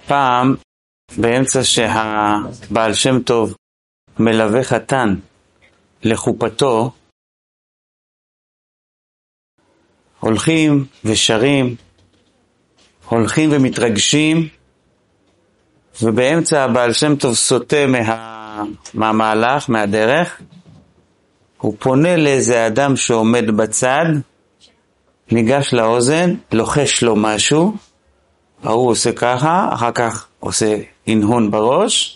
פעם, באמצע שהבעל שם טוב מלווה חתן לחופתו, הולכים ושרים, הולכים ומתרגשים, ובאמצע הבעל שם טוב סוטה מהמהלך, מהדרך, הוא פונה לאיזה אדם שעומד בצד, ניגש לאוזן, לוחש לו משהו, הוא עושה ככה, אחר כך עושה הנהון בראש,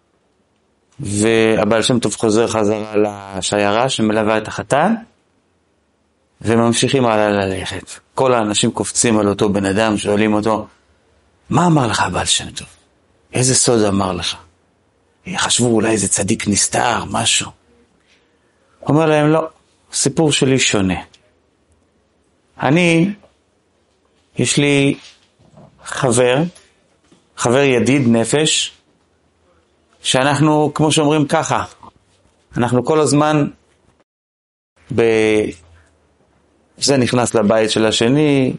והבעל שם טוב חוזר חזרה לשיירה שמלווה את החתן, וממשיכים הלאה ללכת. כל האנשים קופצים על אותו בן אדם, שואלים אותו, מה אמר לך הבעל שם טוב? איזה סוד אמר לך? חשבו אולי איזה צדיק נסתר, משהו. אומר להם, לא, הסיפור שלי שונה. יש לי חבר ידיד נפש, שאנחנו, כמו שאומרים ככה, אנחנו כל הזמן זה נכנס לבית של השני,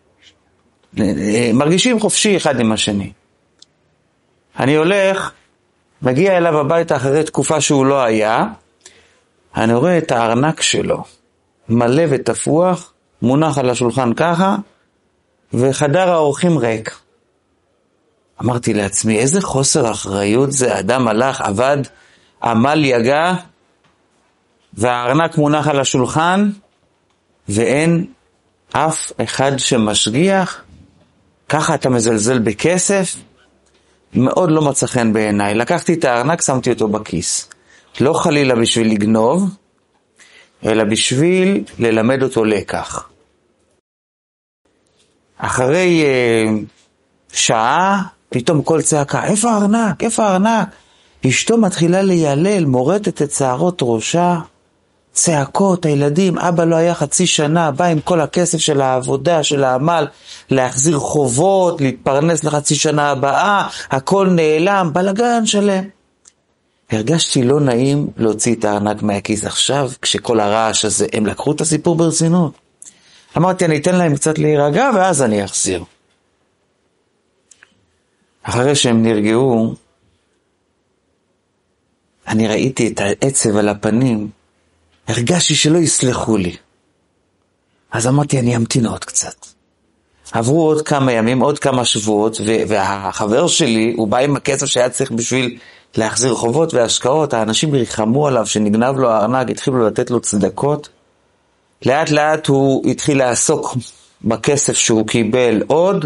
מרגישים חופשי אחד עם השני. אני הולך, מגיע אליו הביתה אחרי תקופה שהוא לא היה, אני רואה את הארנק שלו, מלא ותפוח, מונח על השולחן ככה, וחדר האורחים ריק. אמרתי לעצמי, איזה חוסר אחריות זה, אדם הלך, עבד, עמל יגע, והארנק מונח על השולחן, ואין אף אחד שמשגיח, ככה אתה מזלזל בכסף, מאוד לא מצא חן בעיניי. לקחתי את הארנק, שמתי אותו בכיס. לא חלילה בשביל לגנוב, אלא בשביל ללמד אותו לקח. אחרי שעה, פתאום כל צעקה, איפה הארנק? איפה הארנק? אשתו מתחילה לילל, מורטת את שערות ראשה, צעקות, הילדים, אבא לא היה חצי שנה, בא עם כל הכסף של העבודה, של העמל, להחזיר חובות, להתפרנס לחצי שנה הבאה, הכל נעלם, בלגן שלם. הרגשתי לא נעים להוציא את הארנק מהכיס עכשיו, כשכל הרעש הזה, הם לקחו את הסיפור ברצינות. אמרתי, אני אתן להם קצת להירגע, ואז אני אחזיר. אחרי שהם נרגעו, אני ראיתי את העצב על הפנים, הרגשתי שלא יסלחו לי. אז אמרתי, אני אמתין עוד קצת. עברו עוד כמה ימים, עוד כמה שבועות, והחבר שלי, הוא בא עם הכסף שהיה צריך בשביל להחזיר חובות והשקעות, האנשים ריחמו עליו שנגנב לו הארנק, התחילו לתת לו צדקות. לאט לאט הוא התחיל לעסוק בכסף שהוא קיבל עוד,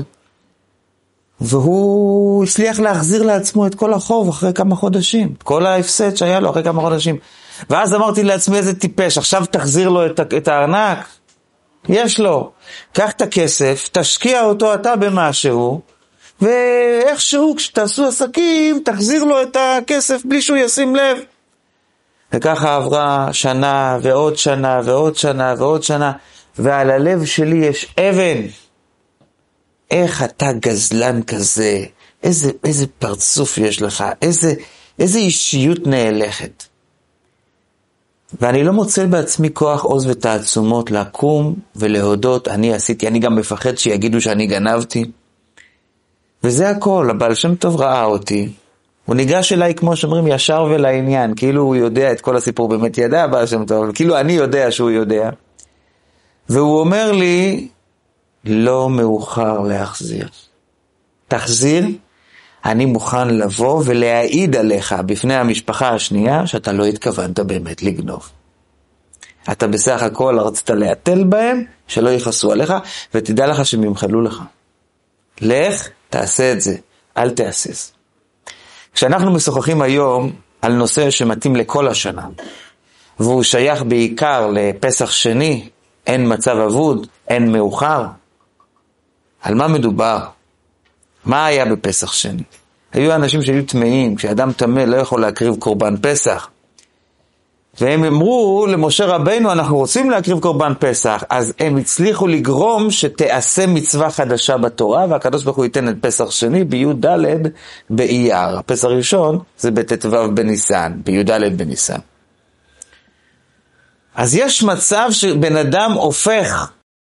והוא הצליח להחזיר לעצמו את כל החוב אחרי כמה חודשים, כל ההפסד שהיה לו אחרי כמה חודשים. ואז אמרתי לעצמי, איזה טיפש, עכשיו תחזיר לו את הארנק, יש לו, קח את הכסף, תשקיע אותו אתה במשהו, ואיכשהו כשתעשו עסקים, תחזיר לו את הכסף בלי שהוא ישים לב. וככה עברה שנה ועוד שנה ועוד שנה ועוד שנה, ועל הלב שלי יש אבן. איך אתה גזלן כזה, איזה פרצוף יש לך, איזה אישיות נהלכת. ואני לא מוצא בעצמי כוח עוז ותעצומות לקום ולהודות, אני עשיתי, אני גם מפחד שיגידו שאני גנבתי. וזה הכל, הבעל שם טוב ראה אותי, הוא ניגש אליי כמו שאומרים ישר ולעניין, כאילו הוא יודע את כל הסיפור, באמת ידע הבעל שם טוב, כאילו אני יודע שהוא יודע. והוא אומר לי, לא מאוחר להחזיר. תחזיר, אני מוכן לבוא ולהעיד עליך בפני המשפחה השנייה שאתה לא התכוונת באמת לגנוב. אתה בסך הכל רצית להטל בהם, שלא יכעסו עליך, ותדע לך שהם ימחלו לך. לך, תעשה את זה, אל תעשס. כשאנחנו משוחחים היום על נושא שמתאים לכל השנה, והוא שייך בעיקר לפסח שני, אין מצב אבוד, אין מאוחר. על מה מדובר? מה היה בפסח שני? היו אנשים שהיו טמאים, כשאדם טמא לא יכול להקריב קורבן פסח. והם אמרו למשה רבינו, אנחנו רוצים להקריב קורבן פסח, אז הם הצליחו לגרום שתעשה מצווה חדשה בתורה, והקדוש ברוך הוא ייתן את פסח שני בי"ד באייר. הפסח ראשון זה בט"ו בניסן, בי"ד בניסן. אז יש מצב שבן אדם הופך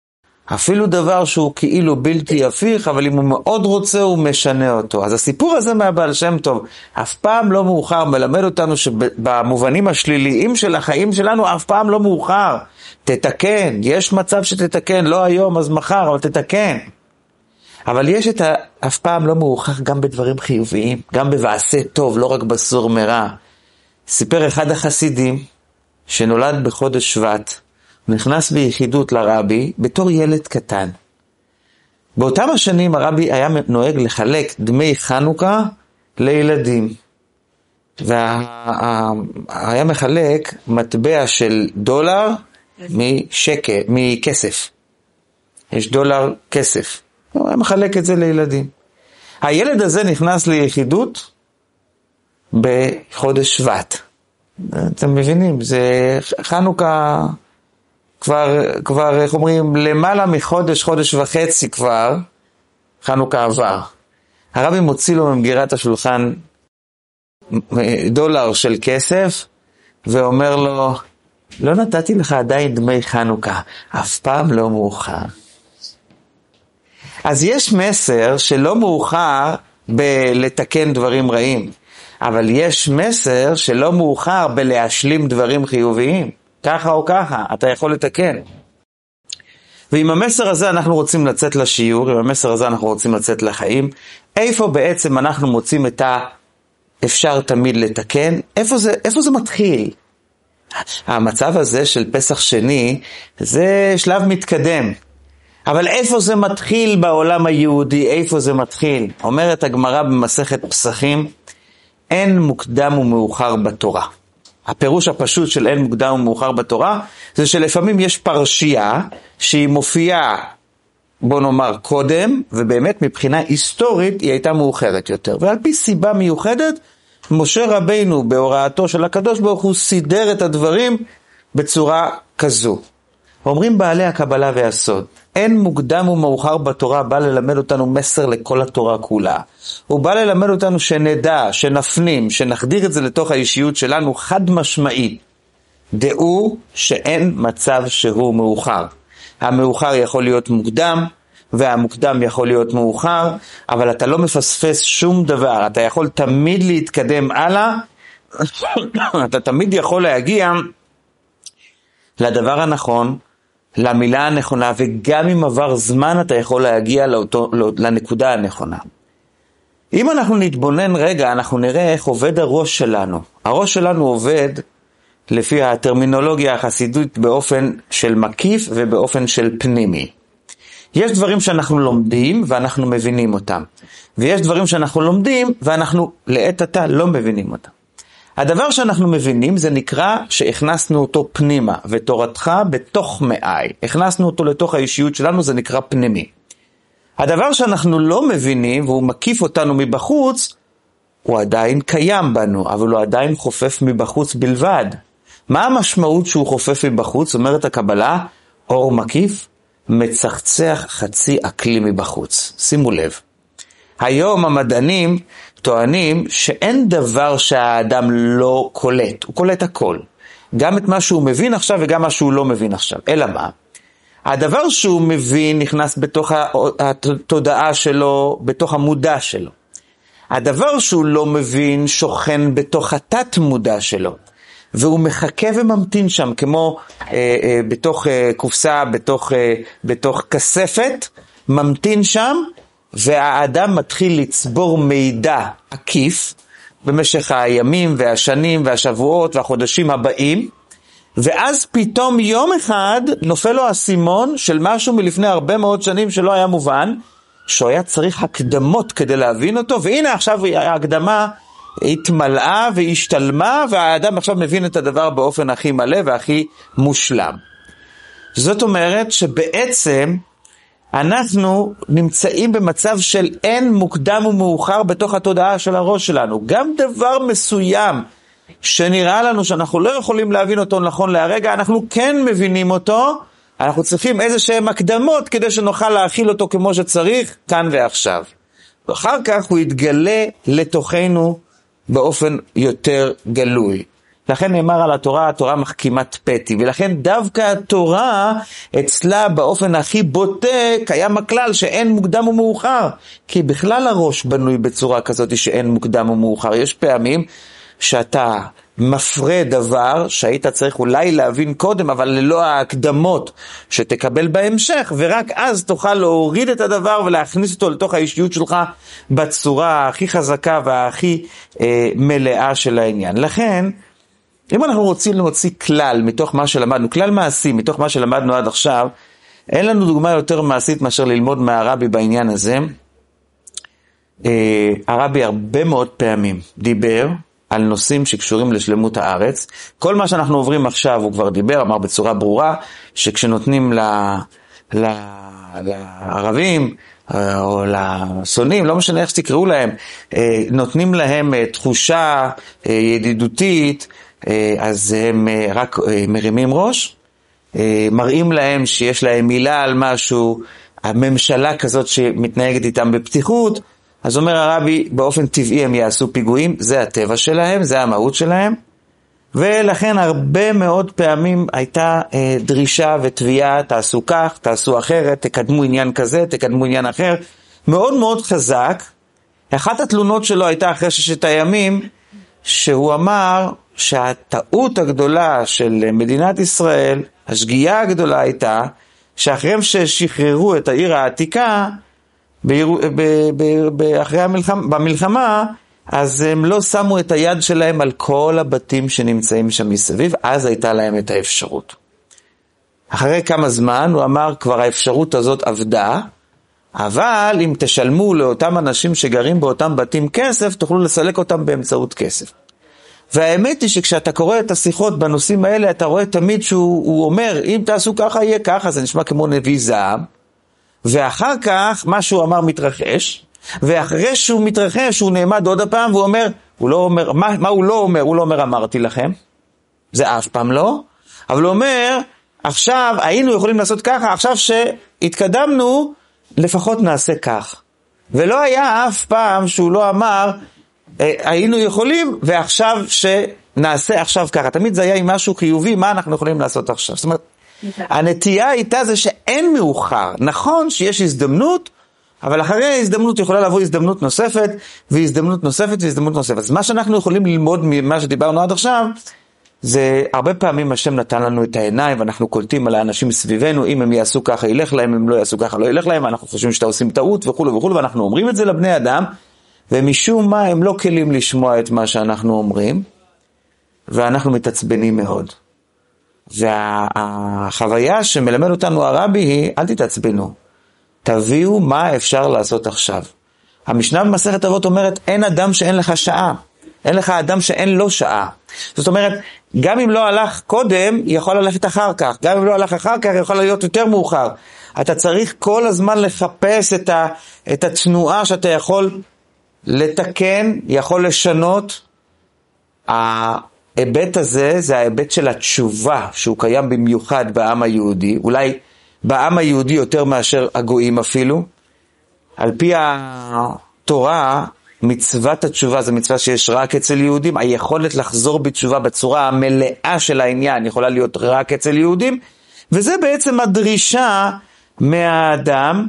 אפילו דבר שהוא כאילו בלתי הפיך, אבל אם הוא מאוד רוצה, הוא משנה אותו. אז הסיפור הזה מהבעל שם טוב, אף פעם לא מאוחר, מלמד אותנו שבמובנים השליליים של החיים שלנו, אף פעם לא מאוחר. תתקן, יש מצב שתתקן, לא היום, אז מחר, אבל תתקן. אבל יש אף פעם לא מאוחר גם בדברים חיוביים, גם בבעשה טוב, לא רק בסור מרע. סיפר אחד החסידים, שנולד בחודש שבט, נכנס ביחידות לרבי בתור ילד קטן. באותם השנים הרבי היה נוהג לחלק דמי חנוכה לילדים. והיה מחלק מטבע של דולר מכסף. יש דולר כסף. הוא היה מחלק את זה לילדים. הילד הזה נכנס ליחידות בחודש שבט. אתם מבינים, זה חנוכה כבר איך אומרים, למעלה מחודש, חודש וחצי כבר, חנוכה עבר. הרבי מוציא לו ממגירת השולחן דולר של כסף, ואומר לו, לא נתתי לך עדיין דמי חנוכה, אף פעם לא מאוחר. אז יש מסר שלא מאוחר בלתקן דברים רעים, אבל יש מסר שלא מאוחר בלהשלים דברים חיוביים. ככה או ככה, אתה יכול לתקן. ועם המסר הזה אנחנו רוצים לצאת לשיעור, עם המסר הזה אנחנו רוצים לצאת לחיים. איפה בעצם אנחנו מוצאים את אפשר תמיד לתקן? איפה זה מתחיל? המצב הזה של פסח שני, זה שלב מתקדם. אבל איפה זה מתחיל בעולם היהודי? איפה זה מתחיל? אומרת הגמרא במסכת פסחים, אין מוקדם ומאוחר בתורה. הפירוש הפשוט של אין מוקדם ומאוחר בתורה, זה שלפעמים יש פרשייה שהיא מופיעה, בוא נאמר, קודם, ובאמת מבחינה היסטורית היא הייתה מאוחרת יותר. ועל פי סיבה מיוחדת, משה רבינו בהוראתו של הקדוש ברוך הוא סידר את הדברים בצורה כזו. אומרים בעלי הקבלה והסוד, אין מוקדם ומאוחר בתורה, בא ללמד אותנו מסר לכל התורה כולה. הוא בא ללמד אותנו שנדע, שנפנים, שנחדיר את זה לתוך האישיות שלנו חד משמעית. דעו שאין מצב שהוא מאוחר. המאוחר יכול להיות מוקדם, והמוקדם יכול להיות מאוחר, אבל אתה לא מפספס שום דבר. אתה יכול תמיד להתקדם הלאה, אתה תמיד יכול להגיע לדבר הנכון, למילה הנכונה, וגם אם עבר זמן אתה יכול להגיע לנקודה הנכונה. אם אנחנו נתבונן רגע, אנחנו נראה איך עובד הראש שלנו. הראש שלנו עובד לפי הטרמינולוגיה החסידית באופן של מקיף ובאופן של פנימי. יש דברים שאנחנו לומדים ואנחנו מבינים אותם. ויש דברים שאנחנו לומדים ואנחנו לעת עתה לא מבינים אותם. הדבר שאנחנו מבינים זה נקרא שהכנסנו אותו פנימה, ותורתך בתוך מאי. הכנסנו אותו לתוך האישיות שלנו, זה נקרא פנימי. הדבר שאנחנו לא מבינים, והוא מקיף אותנו מבחוץ, הוא עדיין קיים בנו, אבל הוא עדיין חופף מבחוץ בלבד. מה המשמעות שהוא חופף מבחוץ? אומרת הקבלה, אור מקיף, מצחצח חצי אקלי מבחוץ. שימו לב. היום המדענים טוענים שאין דבר שהאדם לא קולט. הוא קולט הכל. גם את מה שהוא מבין עכשיו וגם מה שהוא לא מבין עכשיו. אלא מה? הדבר שהוא מבין נכנס בתוך התודעה שלו, בתוך המודע שלו. הדבר שהוא לא מבין שוכן בתוך התת מודע שלו. והוא מחכה וממתין שם, כמו בתוך קופסה, בתוך כספת, ממתין שם, והאדם מתחיל לצבור מידע עקיף, במשך הימים והשנים והשבועות והחודשים הבאים, ואז פתאום יום אחד נופל לו הסימון של משהו מלפני הרבה מאוד שנים שלא היה מובן, שהוא היה צריך הקדמות כדי להבין אותו, והנה עכשיו ההקדמה התמלאה והשתלמה, והאדם עכשיו מבין את הדבר באופן הכי מלא והכי מושלם. זאת אומרת שבעצם אנחנו נמצאים במצב של אין מוקדם ומאוחר בתוך התודעה של הראש שלנו. גם דבר מסוים שנראה לנו שאנחנו לא יכולים להבין אותו נכון להרגע, אנחנו כן מבינים אותו, אנחנו צריכים איזשהם הקדמות כדי שנוכל להכיל אותו כמו שצריך כאן ועכשיו. ואחר כך הוא יתגלה לתוכנו באופן יותר גלוי. לכן נאמר על התורה, התורה מחכימת פתי, ולכן דווקא התורה אצלה באופן הכי בוטה קיים הכלל שאין מוקדם ומאוחר, כי בכלל הראש בנוי בצורה כזאת שאין מוקדם ומאוחר. יש פעמים שאתה מפרה דבר שהיית צריך אולי להבין קודם, אבל ללא ההקדמות שתקבל בהמשך, ורק אז תוכל להוריד את הדבר ולהכניס אותו לתוך האישיות שלך בצורה הכי חזקה והכי מלאה של העניין. לכן, אם אנחנו רוצים להוציא כלל מתוך מה שלמדנו, כלל מעשי מתוך מה שלמדנו עד עכשיו, אין לנו דוגמה יותר מעשית מאשר ללמוד מהרבי בעניין הזה. הרבי הרבה מאוד פעמים דיבר על נושאים שקשורים לשלמות הארץ. כל מה שאנחנו עוברים עכשיו הוא כבר דיבר, אמר בצורה ברורה, שכשנותנים לערבים או לשונאים, לא משנה איך שתקראו להם, נותנים להם תחושה ידידותית, אז הם רק מרימים ראש, מראים להם שיש להם מילה על משהו, הממשלה כזאת שמתנהגת איתם בפתיחות, אז אומר הרבי, באופן טבעי הם יעשו פיגועים, זה הטבע שלהם, זה המהות שלהם, ולכן הרבה מאוד פעמים הייתה דרישה ותביעה, תעשו כך, תעשו אחרת, תקדמו עניין כזה, תקדמו עניין אחר, מאוד מאוד חזק. אחת התלונות שלו הייתה אחרי 6 הימים, שהוא אמר שהטעות הגדולה של מדינת ישראל, השגיאה הגדולה הייתה, שאחרי ששחררו את העיר העתיקה, במלחמה, אז הם לא שמו את היד שלהם על כל הבתים שנמצאים שם מסביב, אז הייתה להם את האפשרות. אחרי כמה זמן הוא אמר, כבר האפשרות הזאת עבדה, אבל אם תשלמו לאותם אנשים שגרים באותם בתים כסף, תוכלו לסלק אותם באמצעות כסף. והאמת היא שכשאתה קורא את השיחות בנושאים האלה, אתה רואה תמיד שהוא אומר, אם תעשו ככה יהיה ככה, זה נשמע כמו נביא זעם, ואחר כך מה שהוא אמר מתרחש, ואחרי שהוא מתרחש הוא נעמד עוד הפעם והוא אומר, הוא לא אומר, מה הוא לא אומר? הוא לא אומר אמרתי לכם, זה אף פעם לא, אבל הוא אומר, עכשיו היינו יכולים לעשות ככה, עכשיו שהתקדמנו לפחות נעשה כך. ולא היה אף פעם שהוא לא אמר, היינו יכולים ועכשיו שנעשה עכשיו ככה. תמיד זה היה עם משהו חיובי, מה אנחנו יכולים לעשות עכשיו. זאת אומרת, הנטייה הייתה זה שאין מאוחר. נכון שיש הזדמנות, אבל אחרי ההזדמנות יכולה לבוא הזדמנות נוספת, והזדמנות נוספת והזדמנות נוספת. אז מה שאנחנו יכולים ללמוד ממה שדיברנו עד עכשיו, זה הרבה פעמים השם נתן לנו את העיניים, ואנחנו קולטים על האנשים סביבנו, אם הם יעשו ככה ילך להם, אם לא יעשו ככה לא ילך להם, אנחנו חושבים שאתה עושים טעות וכו' וכו', ואנחנו אומרים את זה לבני אדם, ומשום מה הם לא כלים לשמוע את מה שאנחנו אומרים, ואנחנו מתעצבנים מאוד. והחוויה שמלמד אותנו הרבי היא, אל תתעצבנו, תביאו מה אפשר לעשות עכשיו. המשנה במסכת אבות אומרת, אין אדם שאין לך שעה, אין לך אדם שאין לו שעה. זאת אומרת, גם אם לא הלך קודם, יכול ללכת אחר כך, גם אם לא הלך אחר כך, יכול להיות יותר מאוחר. אתה צריך כל הזמן לחפש את התנועה שאתה יכול לתקן, יכול לשנות. ההיבט הזה זה ההיבט של התשובה, שהוא קיים במיוחד בעם היהודי, אולי בעם היהודי יותר מאשר הגויים אפילו. על פי התורה, מצוות התשובה זה מצווה שיש רק אצל יהודים, היכולת לחזור בתשובה בצורה המלאה של העניין יכולה להיות רק אצל יהודים, וזה בעצם הדרישה מהאדם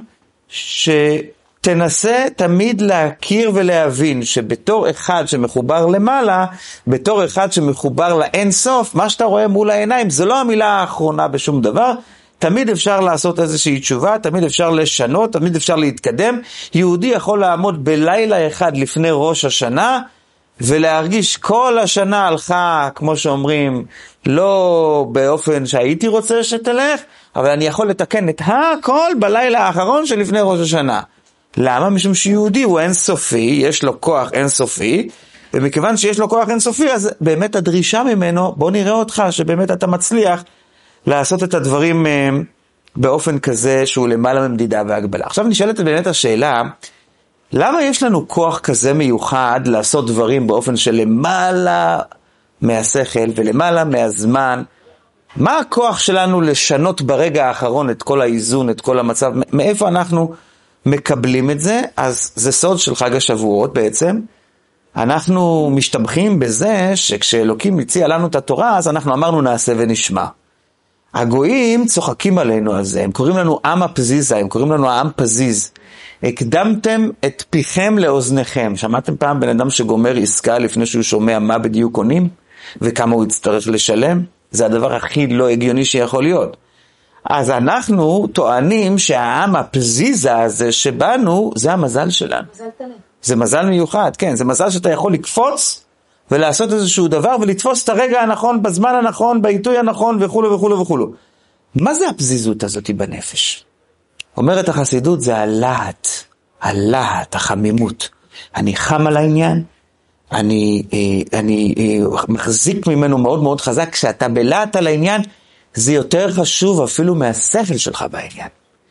שתנסה תמיד להכיר ולהבין שבתור אחד שמחובר למעלה, בתור אחד שמחובר לאין סוף, מה שאתה רואה מול העיניים זה לא המילה האחרונה בשום דבר, תמיד אפשר לעשות איזושהי תשובה, תמיד אפשר לשנות, תמיד אפשר להתקדם. יהודי יכול לעמוד בלילה אחד לפני ראש השנה, ולהרגיש כל השנה הלכה, כמו שאומרים, לא באופן שהייתי רוצה שתלך, אבל אני יכול לתקן את הכל בלילה האחרון שלפני ראש השנה. למה? משום שיהודי הוא אינסופי, יש לו כוח אינסופי, ומכיוון שיש לו כוח אינסופי, אז באמת הדרישה ממנו, בוא נראה אותך שבאמת אתה מצליח, לעשות את הדברים באופן כזה שהוא למעלה ממדידה והגבלה. עכשיו נשאלת באמת השאלה, למה יש לנו כוח כזה מיוחד לעשות דברים באופן של למעלה מהשכל ולמעלה מהזמן? מה הכוח שלנו לשנות ברגע האחרון את כל האיזון, את כל המצב? מאיפה אנחנו מקבלים את זה? אז זה סוד של חג השבועות בעצם. אנחנו משתבחים בזה שכשאלוקים הציע לנו את התורה, אז אנחנו אמרנו נעשה ונשמע. הגויים צוחקים עלינו על זה, הם קוראים לנו עם הפזיזה, הם קוראים לנו העם פזיז. הקדמתם את פיכם לאוזניכם. שמעתם פעם בן אדם שגומר עסקה לפני שהוא שומע מה בדיוק קונים, וכמה הוא יצטרך לשלם? זה הדבר הכי לא הגיוני שיכול להיות. אז אנחנו טוענים שהעם הפזיזה הזה שבנו, זה המזל שלנו. מזל תלה. זה מזל מיוחד, כן, זה מזל שאתה יכול לקפוץ ולעשות איזשהו דבר ולתפוס את הרגע הנכון, בזמן הנכון, בעיתוי הנכון וכו' וכו' וכו'. מה זה הפזיזות הזאת בנפש? אומרת החסידות, זה הלהט, החמימות. אני חם על העניין, אני מחזיק ממנו מאוד מאוד חזק. כשאתה בלהט על העניין, זה יותר חשוב אפילו מהשכל שלך בעניין.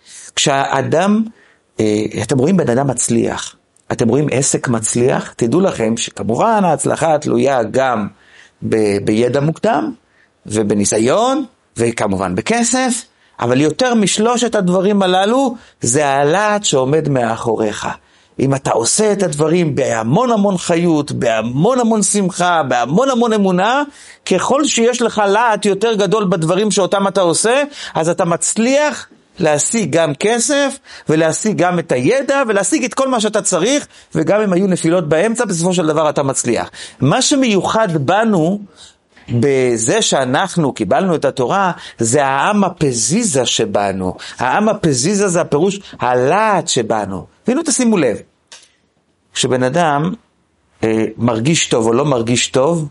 כשהאדם, אתם רואים בן אדם מצליח, אתם רואים עסק מצליח, תדעו לכם שכמובן ההצלחה תלויה גם בידע מוקדם, ובניסיון, וכמובן בכסף, אבל יותר משלושת הדברים הללו, זה הלהט שעומד מאחוריך. אם אתה עושה את הדברים בהמון המון חיות, בהמון המון שמחה, בהמון המון אמונה, ככל שיש לך להט יותר גדול בדברים שאותם אתה עושה, אז אתה מצליח להשיג גם כסף, ולהשיג גם את הידע, ולהשיג את כל מה שאתה צריך, וגם אם היו נפילות באמצע, בסופו של דבר אתה מצליח. מה שמיוחד בנו, בזה שאנחנו קיבלנו את התורה, זה העם הפזיזה שבנו. העם הפזיזה זה הפירוש הלהט שבנו. והנה תשימו לב, כשבן אדם מרגיש טוב או לא מרגיש טוב,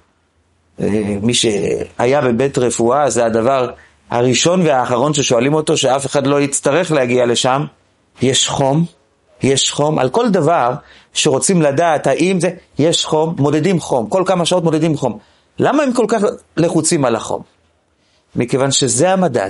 מי שהיה בבית רפואה, זה הדבר הראשון והאחרון ששואלים אותו, שאף אחד לא יצטרך להגיע לשם, יש חום? יש חום? על כל דבר שרוצים לדעת האם זה, יש חום, מודדים חום, כל כמה שעות מודדים חום. למה הם כל כך לחוצים על החום? מכיוון שזה המדד.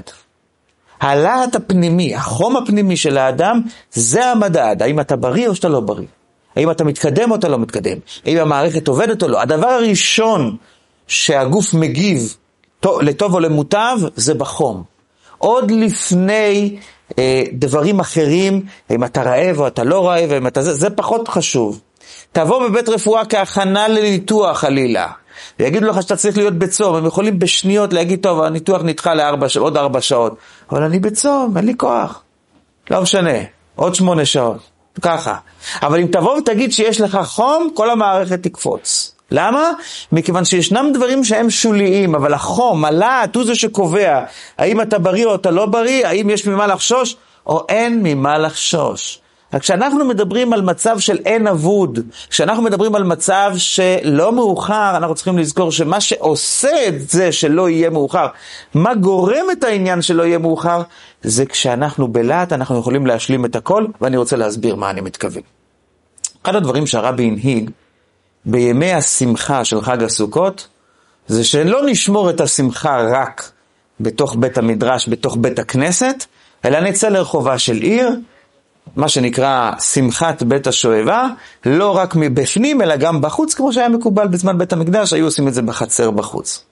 הלהט הפנימי, החום הפנימי של האדם, זה המדד. האם אתה בריא או שאתה לא בריא? האם אתה מתקדם או אתה לא מתקדם? האם המערכת עובדת או לא? הדבר הראשון שהגוף מגיב לטוב או למוטב, זה בחום. עוד לפני דברים אחרים, אם אתה רעב או אתה לא רעב, זה פחות חשוב. תבוא בבית רפואה כהכנה לניתוח חלילה. ויגידו לך שאתה צריך להיות בצום, הם יכולים בשניות להגיד, טוב, הניתוח נדחה עוד 4 שעות, אבל אני בצום, אין לי כוח. לא משנה, עוד 8 שעות, ככה. אבל אם תבוא ותגיד שיש לך חום, כל המערכת תקפוץ. למה? מכיוון שישנם דברים שהם שוליים, אבל החום, הלהט, הוא זה שקובע, האם אתה בריא או אתה לא בריא, האם יש ממה לחשוש או אין ממה לחשוש. כשאנחנו מדברים על מצב של אין אבוד, כשאנחנו מדברים על מצב שלא מאוחר, אנחנו צריכים לזכור שמה שעושה את זה שלא יהיה מאוחר, מה גורם את העניין שלא יהיה מאוחר, זה כשאנחנו בלהט, אנחנו יכולים להשלים את הכל, ואני רוצה להסביר מה אני מתכוון. אחד הדברים שהרבי הנהיג, בימי השמחה של חג הסוכות, זה שלא נשמור את השמחה רק בתוך בית המדרש, בתוך בית הכנסת, אלא נצא לרחובה של עיר, מה שנקרא שמחת בית השואבה, לא רק מבפנים אלא גם בחוץ, כמו שהיה מקובל בזמן בית המקדש, היו עושים את זה בחצר בחוץ.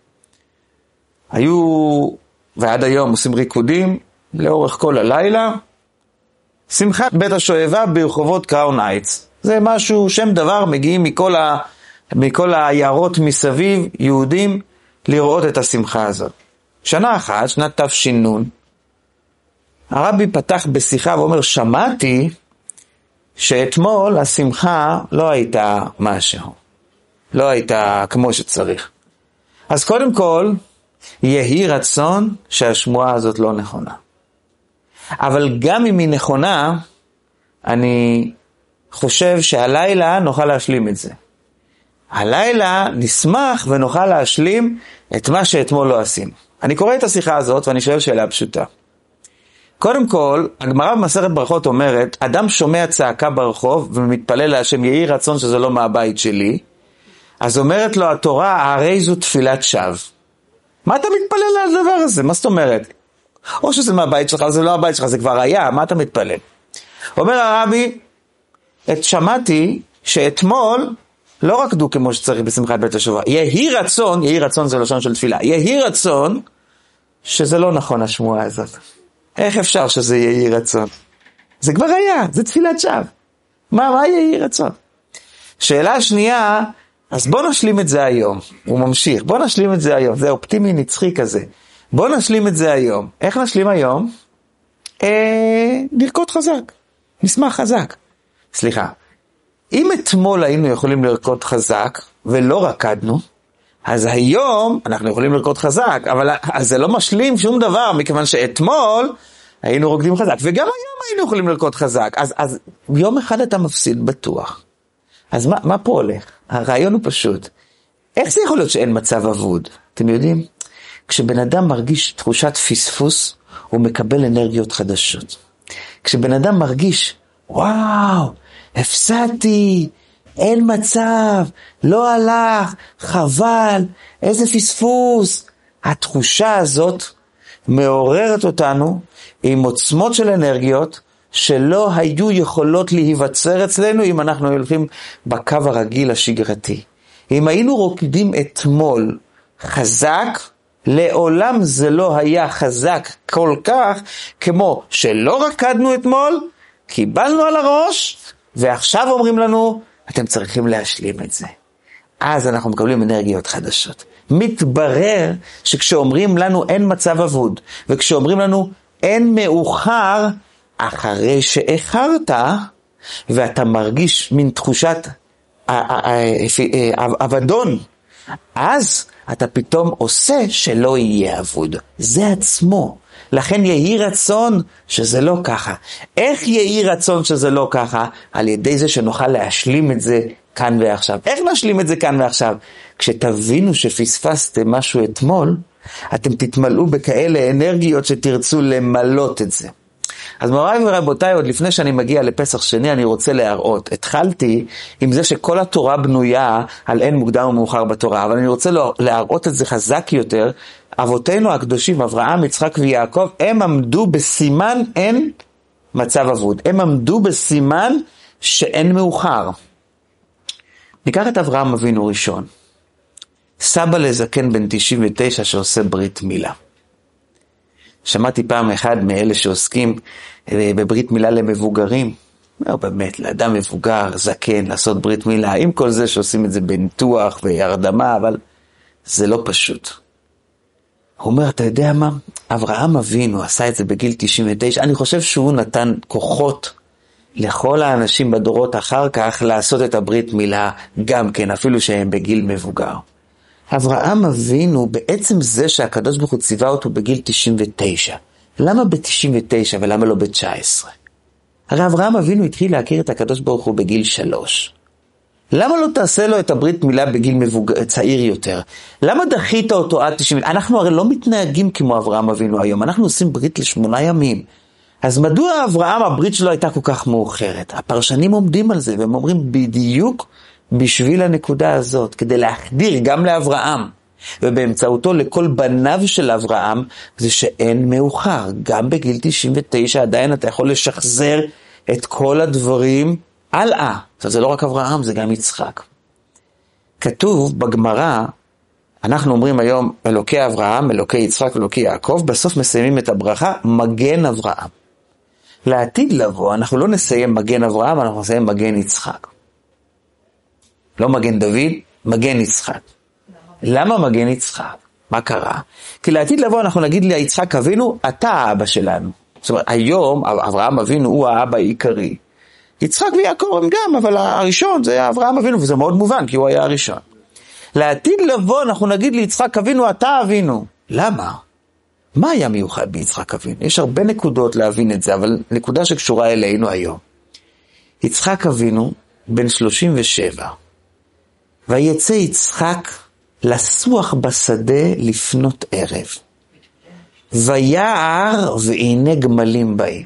היו, ועד היום עושים ריקודים לאורך כל הלילה, שמחת בית השואבה ברחובות קראון הייטס. זה משהו, שם דבר, מגיעים מכל העיירות מסביב, יהודים, לראות את השמחה הזאת. שנה אחת, שנת תש"ן, הרבי פתח בשיחה ואומר, שמעתי שאתמול השמחה לא הייתה משהו. לא הייתה כמו שצריך. אז קודם כל, יהי רצון שהשמועה הזאת לא נכונה. אבל גם אם היא נכונה, אני חושב שהלילה נוכל להשלים את זה. הלילה נשמח ונוכל להשלים את מה שאתמול לא עשינו. אני קורא את השיחה הזאת ואני שואל שאלה פשוטה. קודם כל, הגמרא במסכת ברכות אומרת, אדם שומע צעקה ברחוב ומתפלל להשם, יהי רצון שזה לא מהבית שלי, אז אומרת לו התורה, הרי זו תפילת שווא. מה אתה מתפלל על הדבר הזה? מה זאת אומרת? או שזה מהבית שלך, זה לא הבית שלך, זה כבר היה, מה אתה מתפלל? אומר הרבי, שמעתי שאתמול לא רקדו כמו שצריך בשמחת בית השואבה. יהי רצון זה לשון של תפילה, יהי רצון שזה לא נכון השמועה הזאת. איך אפשר שזה יהי רצון? זה כבר היה, זה תפילת שווא. מה יהי רצון? שאלה שנייה, אז בוא נשלים את זה היום. הוא ממשיך, בוא נשלים את זה היום. זה אופטימי נצחי כזה. בוא נשלים את זה היום. איך נשלים היום? לרקוד חזק. נשמח חזק. סליחה. אם אתמול היינו יכולים לרקוד חזק, ולא רקדנו, אז היום אנחנו יכולים לרקוד חזק, אבל זה לא משלים שום דבר, מכיוון שאתמול היינו רוקדים חזק, וגם היום היינו יכולים לרקוד חזק. אז יום אחד אתה מפסיד בטוח. אז מה פה הולך? הרעיון הוא פשוט. איך זה יכול להיות שאין מצב אבוד? אתם יודעים? כשבן אדם מרגיש תחושת פספוס, הוא מקבל אנרגיות חדשות. כשבן אדם מרגיש, וואו, הפסדתי, אין מצב, לא הלך, חבל, איזה פספוס. התחושה הזאת מעוררת אותנו עם עוצמות של אנרגיות שלא היו יכולות להיווצר אצלנו אם אנחנו הולכים בקו הרגיל השגרתי. אם היינו רוקדים אתמול חזק, לעולם זה לא היה חזק כל כך כמו שלא רקדנו אתמול, קיבלנו על הראש, ועכשיו אומרים לנו, אתם צריכים להשלים את זה. אז אנחנו מקבלים אנרגיות חדשות. מתברר שכשאומרים לנו אין מצב אבוד, וכשאומרים לנו אין מאוחר, אחרי שאיחרת, ואתה מרגיש מין תחושת אבדון, אז אתה פתאום עושה שלא יהיה אבוד. זה עצמו. לכן יהי רצון שזה לא ככה. איך יהי רצון שזה לא ככה? על ידי זה שנוכל להשלים את זה כאן ועכשיו. איך נשלים את זה כאן ועכשיו? כשתבינו שפספסתם משהו אתמול, אתם תתמלאו בכאלה אנרגיות שתרצו למלות את זה. אז מוריי ורבותיי, עוד לפני שאני מגיע לפסח שני, אני רוצה להראות. התחלתי עם זה שכל התורה בנויה על אין מוקדם ומאוחר בתורה, אבל אני רוצה להראות את זה חזק יותר. אבותינו הקדושים, אברהם, יצחק ויעקב, הם עמדו בסימן אין מצב אבוד. הם עמדו בסימן שאין מאוחר. ניקח את אברהם אבינו ראשון. סבא לזקן בן 99 שעושה ברית מילה. שמעתי פעם אחד מאלה שעוסקים בברית מילה למבוגרים, באמת, לאדם מבוגר, זקן, לעשות ברית מילה, עם כל זה שעושים את זה בניתוח והרדמה, אבל זה לא פשוט. הוא אומר, אתה יודע מה? אברהם אבינו עשה את זה בגיל 99, אני חושב שהוא נתן כוחות לכל האנשים בדורות אחר כך לעשות את הברית מילה גם כן, אפילו שהם בגיל מבוגר. אברהם אבינו, בעצם זה שהקדוש ברוך הוא ציווה אותו בגיל 99. למה ב-99 ולמה לא ב-19? הרי אברהם אבינו התחיל להכיר את הקדוש ברוך הוא בגיל 3. למה לא תעשה לו את הברית מילה בגיל צעיר יותר? למה דחית אותו עד 90? אנחנו הרי לא מתנהגים כמו אברהם אבינו היום, אנחנו עושים ברית ל8 ימים. אז מדוע אברהם הברית שלו הייתה כל כך מאוחרת? הפרשנים עומדים על זה והם אומרים בדיוק בשביל הנקודה הזאת, כדי להחדיר גם לאברהם, ובאמצעותו לכל בניו של אברהם, זה שאין מאוחר. גם בגיל 99 עדיין אתה יכול לשחזר את כל הדברים הלאה. עכשיו זה לא רק אברהם, זה גם יצחק. כתוב בגמרא, אנחנו אומרים היום אלוקי אברהם, אלוקי יצחק, אלוקי יעקב, בסוף מסיימים את הברכה, מגן אברהם. לעתיד לבוא, אנחנו לא נסיים מגן אברהם, אנחנו נסיים מגן יצחק. לא מגן דוד, מגן יצחק. למה מגן יצחק? מה קרה? כי לעתיד לבוא אנחנו נגיד ליצחק אבינו, אתה האבא שלנו. זאת אומרת, היום אברהם אבינו הוא האבא העיקרי. יצחק ויעקב הם גם, אבל הראשון זה אברהם אבינו, וזה מאוד מובן, כי הוא היה הראשון. לעתיד לבוא אנחנו נגיד ליצחק אבינו, אתה אבינו. למה? מה היה מיוחד ביצחק אבינו? יש הרבה נקודות להבין את זה, אבל נקודה שקשורה אלינו היום. יצחק אבינו בן 37. ויצא יצחק לסוח בשדה לפנות ערב. ויער והנה גמלים באים.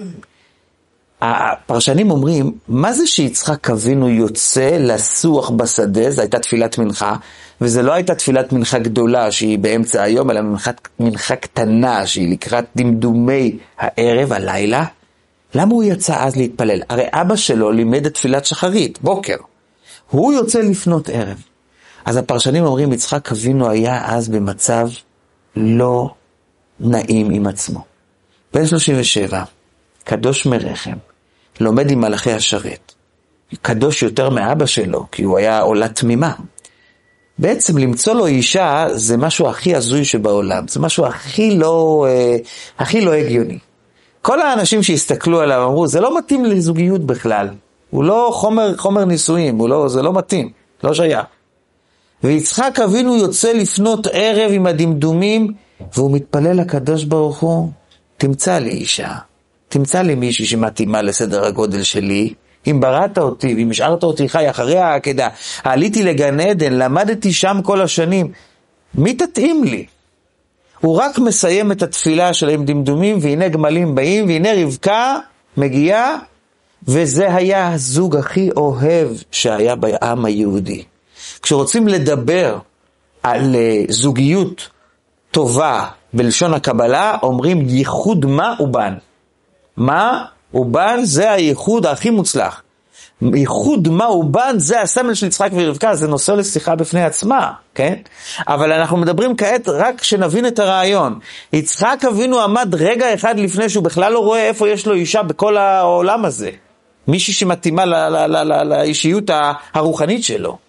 הפרשנים אומרים, מה זה שיצחק אבינו יוצא לסוח בשדה? זו הייתה תפילת מנחה, וזה לא הייתה תפילת מנחה גדולה שהיא באמצע היום, אלא מנחה קטנה שהיא לקראת דמדומי הערב, הלילה. למה הוא יצא אז להתפלל? הרי אבא שלו לימד את תפילת שחרית, בוקר. הוא יוצא לפנות ערב. אז הפרשנים אומרים, יצחק אבינו היה אז במצב לא נעים עם עצמו. בן 37, קדוש מרחם, לומד עם מלאכי השרת. קדוש יותר מאבא שלו, כי הוא היה עולה תמימה. בעצם למצוא לו אישה זה משהו הכי הזוי שבעולם, זה משהו הכי לא הגיוני. כל האנשים שהסתכלו עליו אמרו, זה לא מתאים לזוגיות בכלל, הוא לא חומר נישואים, זה לא מתאים, לא שייך. ויצחק אבינו יוצא לפנות ערב עם הדמדומים, והוא מתפלל לקדוש ברוך הוא, תמצא לי אישה, תמצא לי מישהי שמתאימה לסדר הגודל שלי, אם בראת אותי ואם השארת אותי חי אחרי העקדה, עליתי לגן עדן, למדתי שם כל השנים, מי תתאים לי? הוא רק מסיים את התפילה שלהם דמדומים, והנה גמלים באים, והנה רבקה מגיעה, וזה היה הזוג הכי אוהב שהיה בעם היהודי. כשרוצים לדבר על זוגיות טובה בלשון הקבלה, אומרים ייחוד מה ובן. מה ובן זה הייחוד הכי מוצלח. ייחוד מה ובן זה הסמל של יצחק ורבקה, זה נושא לשיחה בפני עצמה, כן? אבל אנחנו מדברים כעת רק שנבין את הרעיון. יצחק אבינו עמד רגע אחד לפני שהוא בכלל לא רואה איפה יש לו אישה בכל העולם הזה. מישהי שמתאימה לאישיות הרוחנית שלו.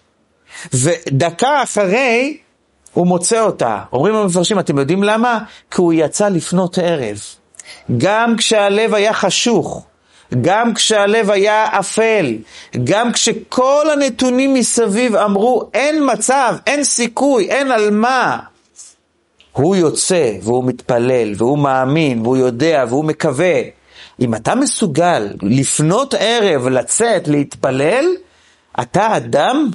ודקה אחרי הוא מוצא אותה. אומרים המפרשים, אתם יודעים למה? כי הוא יצא לפנות ערב. גם כשהלב היה חשוך, גם כשהלב היה אפל, גם כשכל הנתונים מסביב אמרו אין מצב, אין סיכוי, אין על מה. הוא יוצא והוא מתפלל והוא מאמין והוא יודע והוא מקווה. אם אתה מסוגל לפנות ערב, לצאת, להתפלל, אתה אדם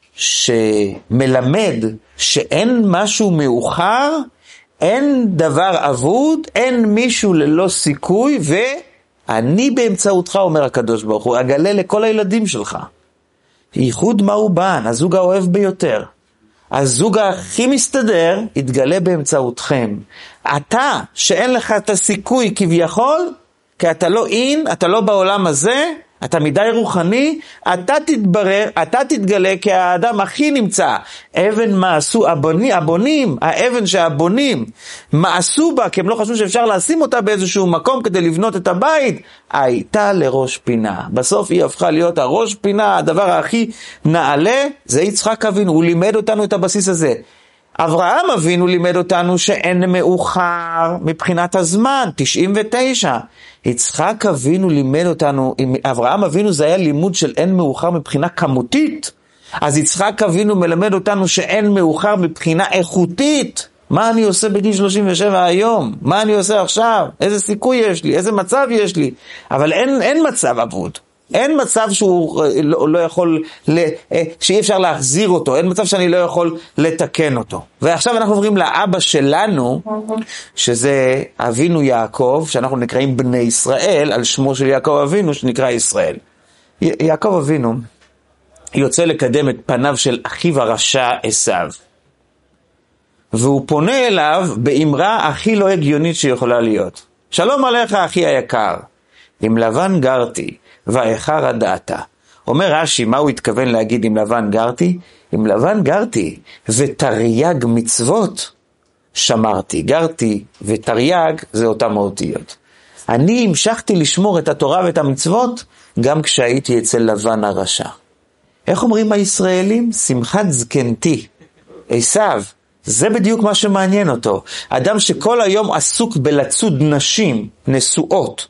שמלמד שאין משהו מאוחר, אין דבר אבוד, אין מישהו ללא סיכוי, ואני באמצעותך, אומר הקדוש ברוך הוא, אגלה לכל הילדים שלך. ייחוד מה הוא בן, הזוג האוהב ביותר. הזוג הכי מסתדר, יתגלה באמצעותכם. אתה, שאין לך את הסיכוי כביכול, כי אתה לא אתה לא בעולם הזה, אתה מדי רוחני, אתה תתברר, אתה תתגלה כאדם הכי נמצא. אבן מה עשו הבונים, האבן שהבונים, מה עשו בה, כי הם לא חשבו שאפשר לשים אותה באיזשהו מקום כדי לבנות את הבית, הייתה לראש פינה. בסוף היא הפכה להיות הראש פינה, הדבר הכי נעלה, זה יצחק אבינו, הוא לימד אותנו את הבסיס הזה. אברהם אבינו לימד אותנו שאין מאוחר מבחינת הזמן, 99. יצחק אבינו לימד אותנו, אברהם אבינו זה היה לימוד של אין מאוחר מבחינה כמותית, אז יצחק אבינו מלמד אותנו שאין מאוחר מבחינה איכותית. מה אני עושה בגיל 37 היום? מה אני עושה עכשיו? איזה סיכוי יש לי? איזה מצב יש לי? אבל אין מצב אבוד. אין מצב שהוא לא יכול, שאי אפשר להחזיר אותו, אין מצב שאני לא יכול לתקן אותו. ועכשיו אנחנו עוברים לאבא שלנו, שזה אבינו יעקב, שאנחנו נקראים בני ישראל, על שמו של יעקב אבינו, שנקרא ישראל. יעקב אבינו יוצא לקדם את פניו של אחיו הרשע עשיו, והוא פונה אליו באמרה הכי לא הגיונית שיכולה להיות. שלום עליך אחי היקר, עם לבן גרתי, ואיכה רדעת. אומר רש"י, מה הוא התכוון להגיד עם לבן גרתי? עם לבן גרתי, ותרי"ג מצוות שמרתי. גרתי ותרי"ג זה אותם אותיות. אני המשכתי לשמור את התורה ואת המצוות, גם כשהייתי אצל לבן הרשע. איך אומרים הישראלים? שמחת זקנתי. עשיו, זה בדיוק מה שמעניין אותו. אדם שכל היום עסוק בלצוד נשים נשואות,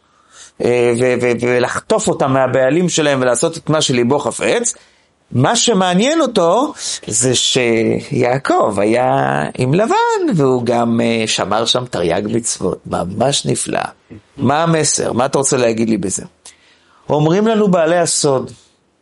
ולחטוף אותם מהבעלים שלהם ולעשות את מה שליבו חפץ, מה שמעניין אותו זה שיעקב היה עם לבן, והוא גם שמר שם תרי"ג מצוות. ממש נפלא. מה המסר? מה אתה רוצה להגיד לי בזה? אומרים לנו בעלי הסוד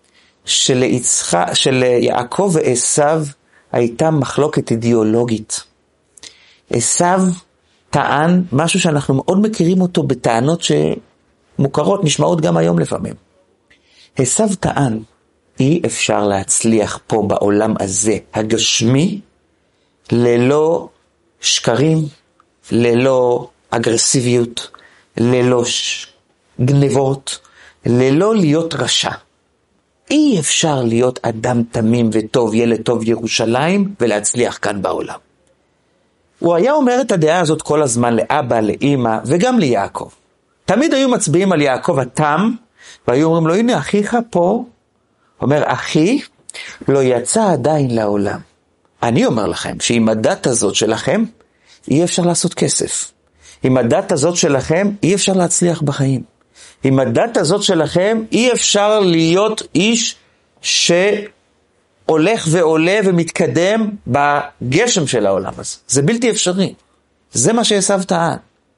שליעקב ועשיו הייתה מחלוקת אידיאולוגית. עשיו טען משהו שאנחנו מאוד מכירים אותו בטענות מוכרות, נשמעות גם היום לפעמים. עשיו טען, אי אפשר להצליח פה בעולם הזה, הגשמי, ללא שקרים, ללא אגרסיביות, ללא גנבות, ללא להיות רשע. אי אפשר להיות אדם תמים וטוב, ילד טוב ירושלים, ולהצליח כאן בעולם. הוא היה אומר את הדעה הזאת כל הזמן לאבא, לאמא, וגם ליעקב. תמיד היו מצביעים על יעקב התם, והיו אומרים לו, הנה אחיך פה, אומר, אחי לא יצא עדיין לעולם. אני אומר לכם שעם הדת הזאת שלכם אי אפשר לעשות כסף. עם הדת הזאת שלכם אי אפשר להצליח בחיים. עם הדת הזאת שלכם אי אפשר להיות איש שהולך ועולה ומתקדם בגשם של העולם הזה. זה בלתי אפשרי. זה מה שעשיו טען.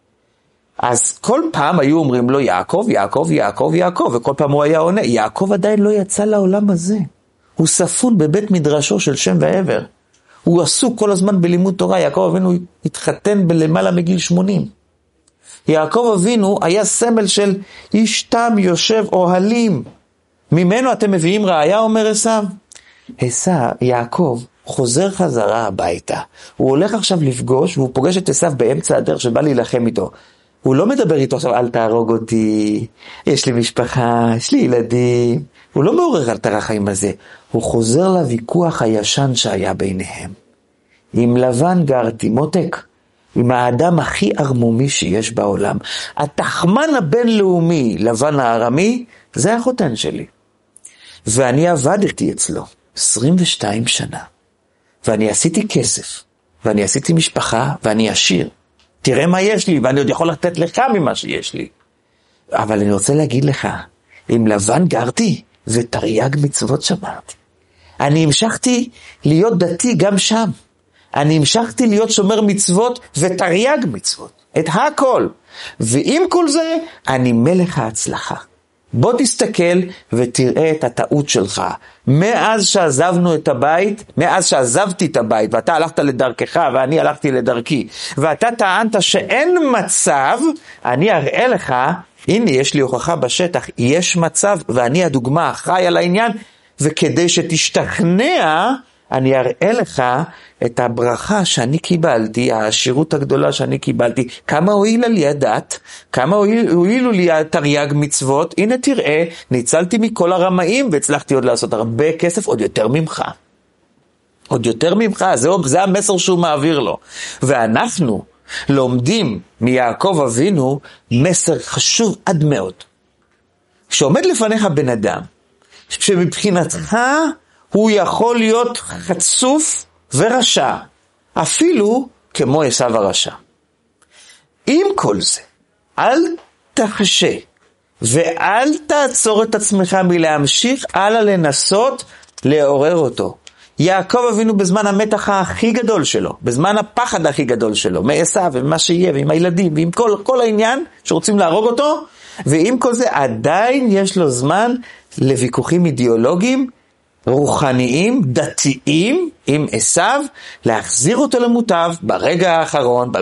אז כל פעם היו אומרים לו יעקב, יעקב, יעקב, יעקב, וכל פעם הוא היה עונה, יעקב עדיין לא יצא לעולם הזה. הוא ספון בבית מדרשו של שם ועבר. הוא עסוק כל הזמן בלימוד תורה. יעקב אבינו התחתן בלמעלה מגיל 80. יעקב אבינו היה סמל של איש תם יושב אוהלים. ממנו אתם מביאים ראיה, אומר עשיו. יעקב חוזר חזרה הביתה. הוא הולך עכשיו לפגוש, והוא פוגש את עשיו באמצע הדרך שבא להילחם איתו. הוא לא מדבר איתו עכשיו, אל תהרוג אותי, יש לי משפחה, יש לי ילדים. הוא לא מעורר על הרחמים הזה. הוא חוזר לוויכוח הישן שהיה ביניהם. עם לבן גרתי, מותק, עם האדם הכי ארמומי שיש בעולם. התחמן הבינלאומי, לבן הארמי, זה החותן שלי. ואני עבדתי אצלו 22 שנה. ואני עשיתי כסף, ואני עשיתי משפחה, ואני עשיר. תראה מה יש לי, ואני עוד יכול לתת לך ממה שיש לי. אבל אני רוצה להגיד לך, עם לבן גרתי, ותרי"ג מצוות שמרתי. אני המשכתי להיות דתי גם שם. אני המשכתי להיות שומר מצוות ותרי"ג מצוות. את הכל. ועם כל זה, אני מלך ההצלחה. בוא תסתכל ותראה את הטעות שלך. מאז שעזבנו את הבית, מאז שעזבתי את הבית, ואתה הלכת לדרכך ואני הלכתי לדרכי, ואתה טענת שאין מצב, אני אראה לך, הנה יש לי הוכחה בשטח, יש מצב, ואני הדוגמה החי על העניין, וכדי שתשתכנע, אני אראה לך את הברכה שאני קיבלתי, העשירות הגדולה שאני קיבלתי, כמה הועילה לי הדת, כמה הועילו לי תרי"ג מצוות, הנה תראה, ניצלתי מכל הרמאים, והצלחתי עוד לעשות הרבה כסף, עוד יותר ממך. עוד יותר ממך, זה המסר שהוא מעביר לו. ואנחנו לומדים מיעקב אבינו מסר חשוב עד מאוד. שעומד לפניך בן אדם, שמבחינתך הוא יכול להיות חצוף ורשע, אפילו כמו עשיו הרשע. עם כל זה, אל תחשה ואל תעצור את עצמך מלהמשיך הלאה לנסות לעורר אותו. יעקב אבינו בזמן המתח הכי גדול שלו, בזמן הפחד הכי גדול שלו, מעשיו ומה שיהיה ועם הילדים ועם כל העניין שרוצים להרוג אותו, ועם כל זה עדיין יש לו זמן לוויכוחים אידיאולוגיים, רוחניים, דתיים, עם עשיו, להחזיר אותו למוטב ברגע האחרון,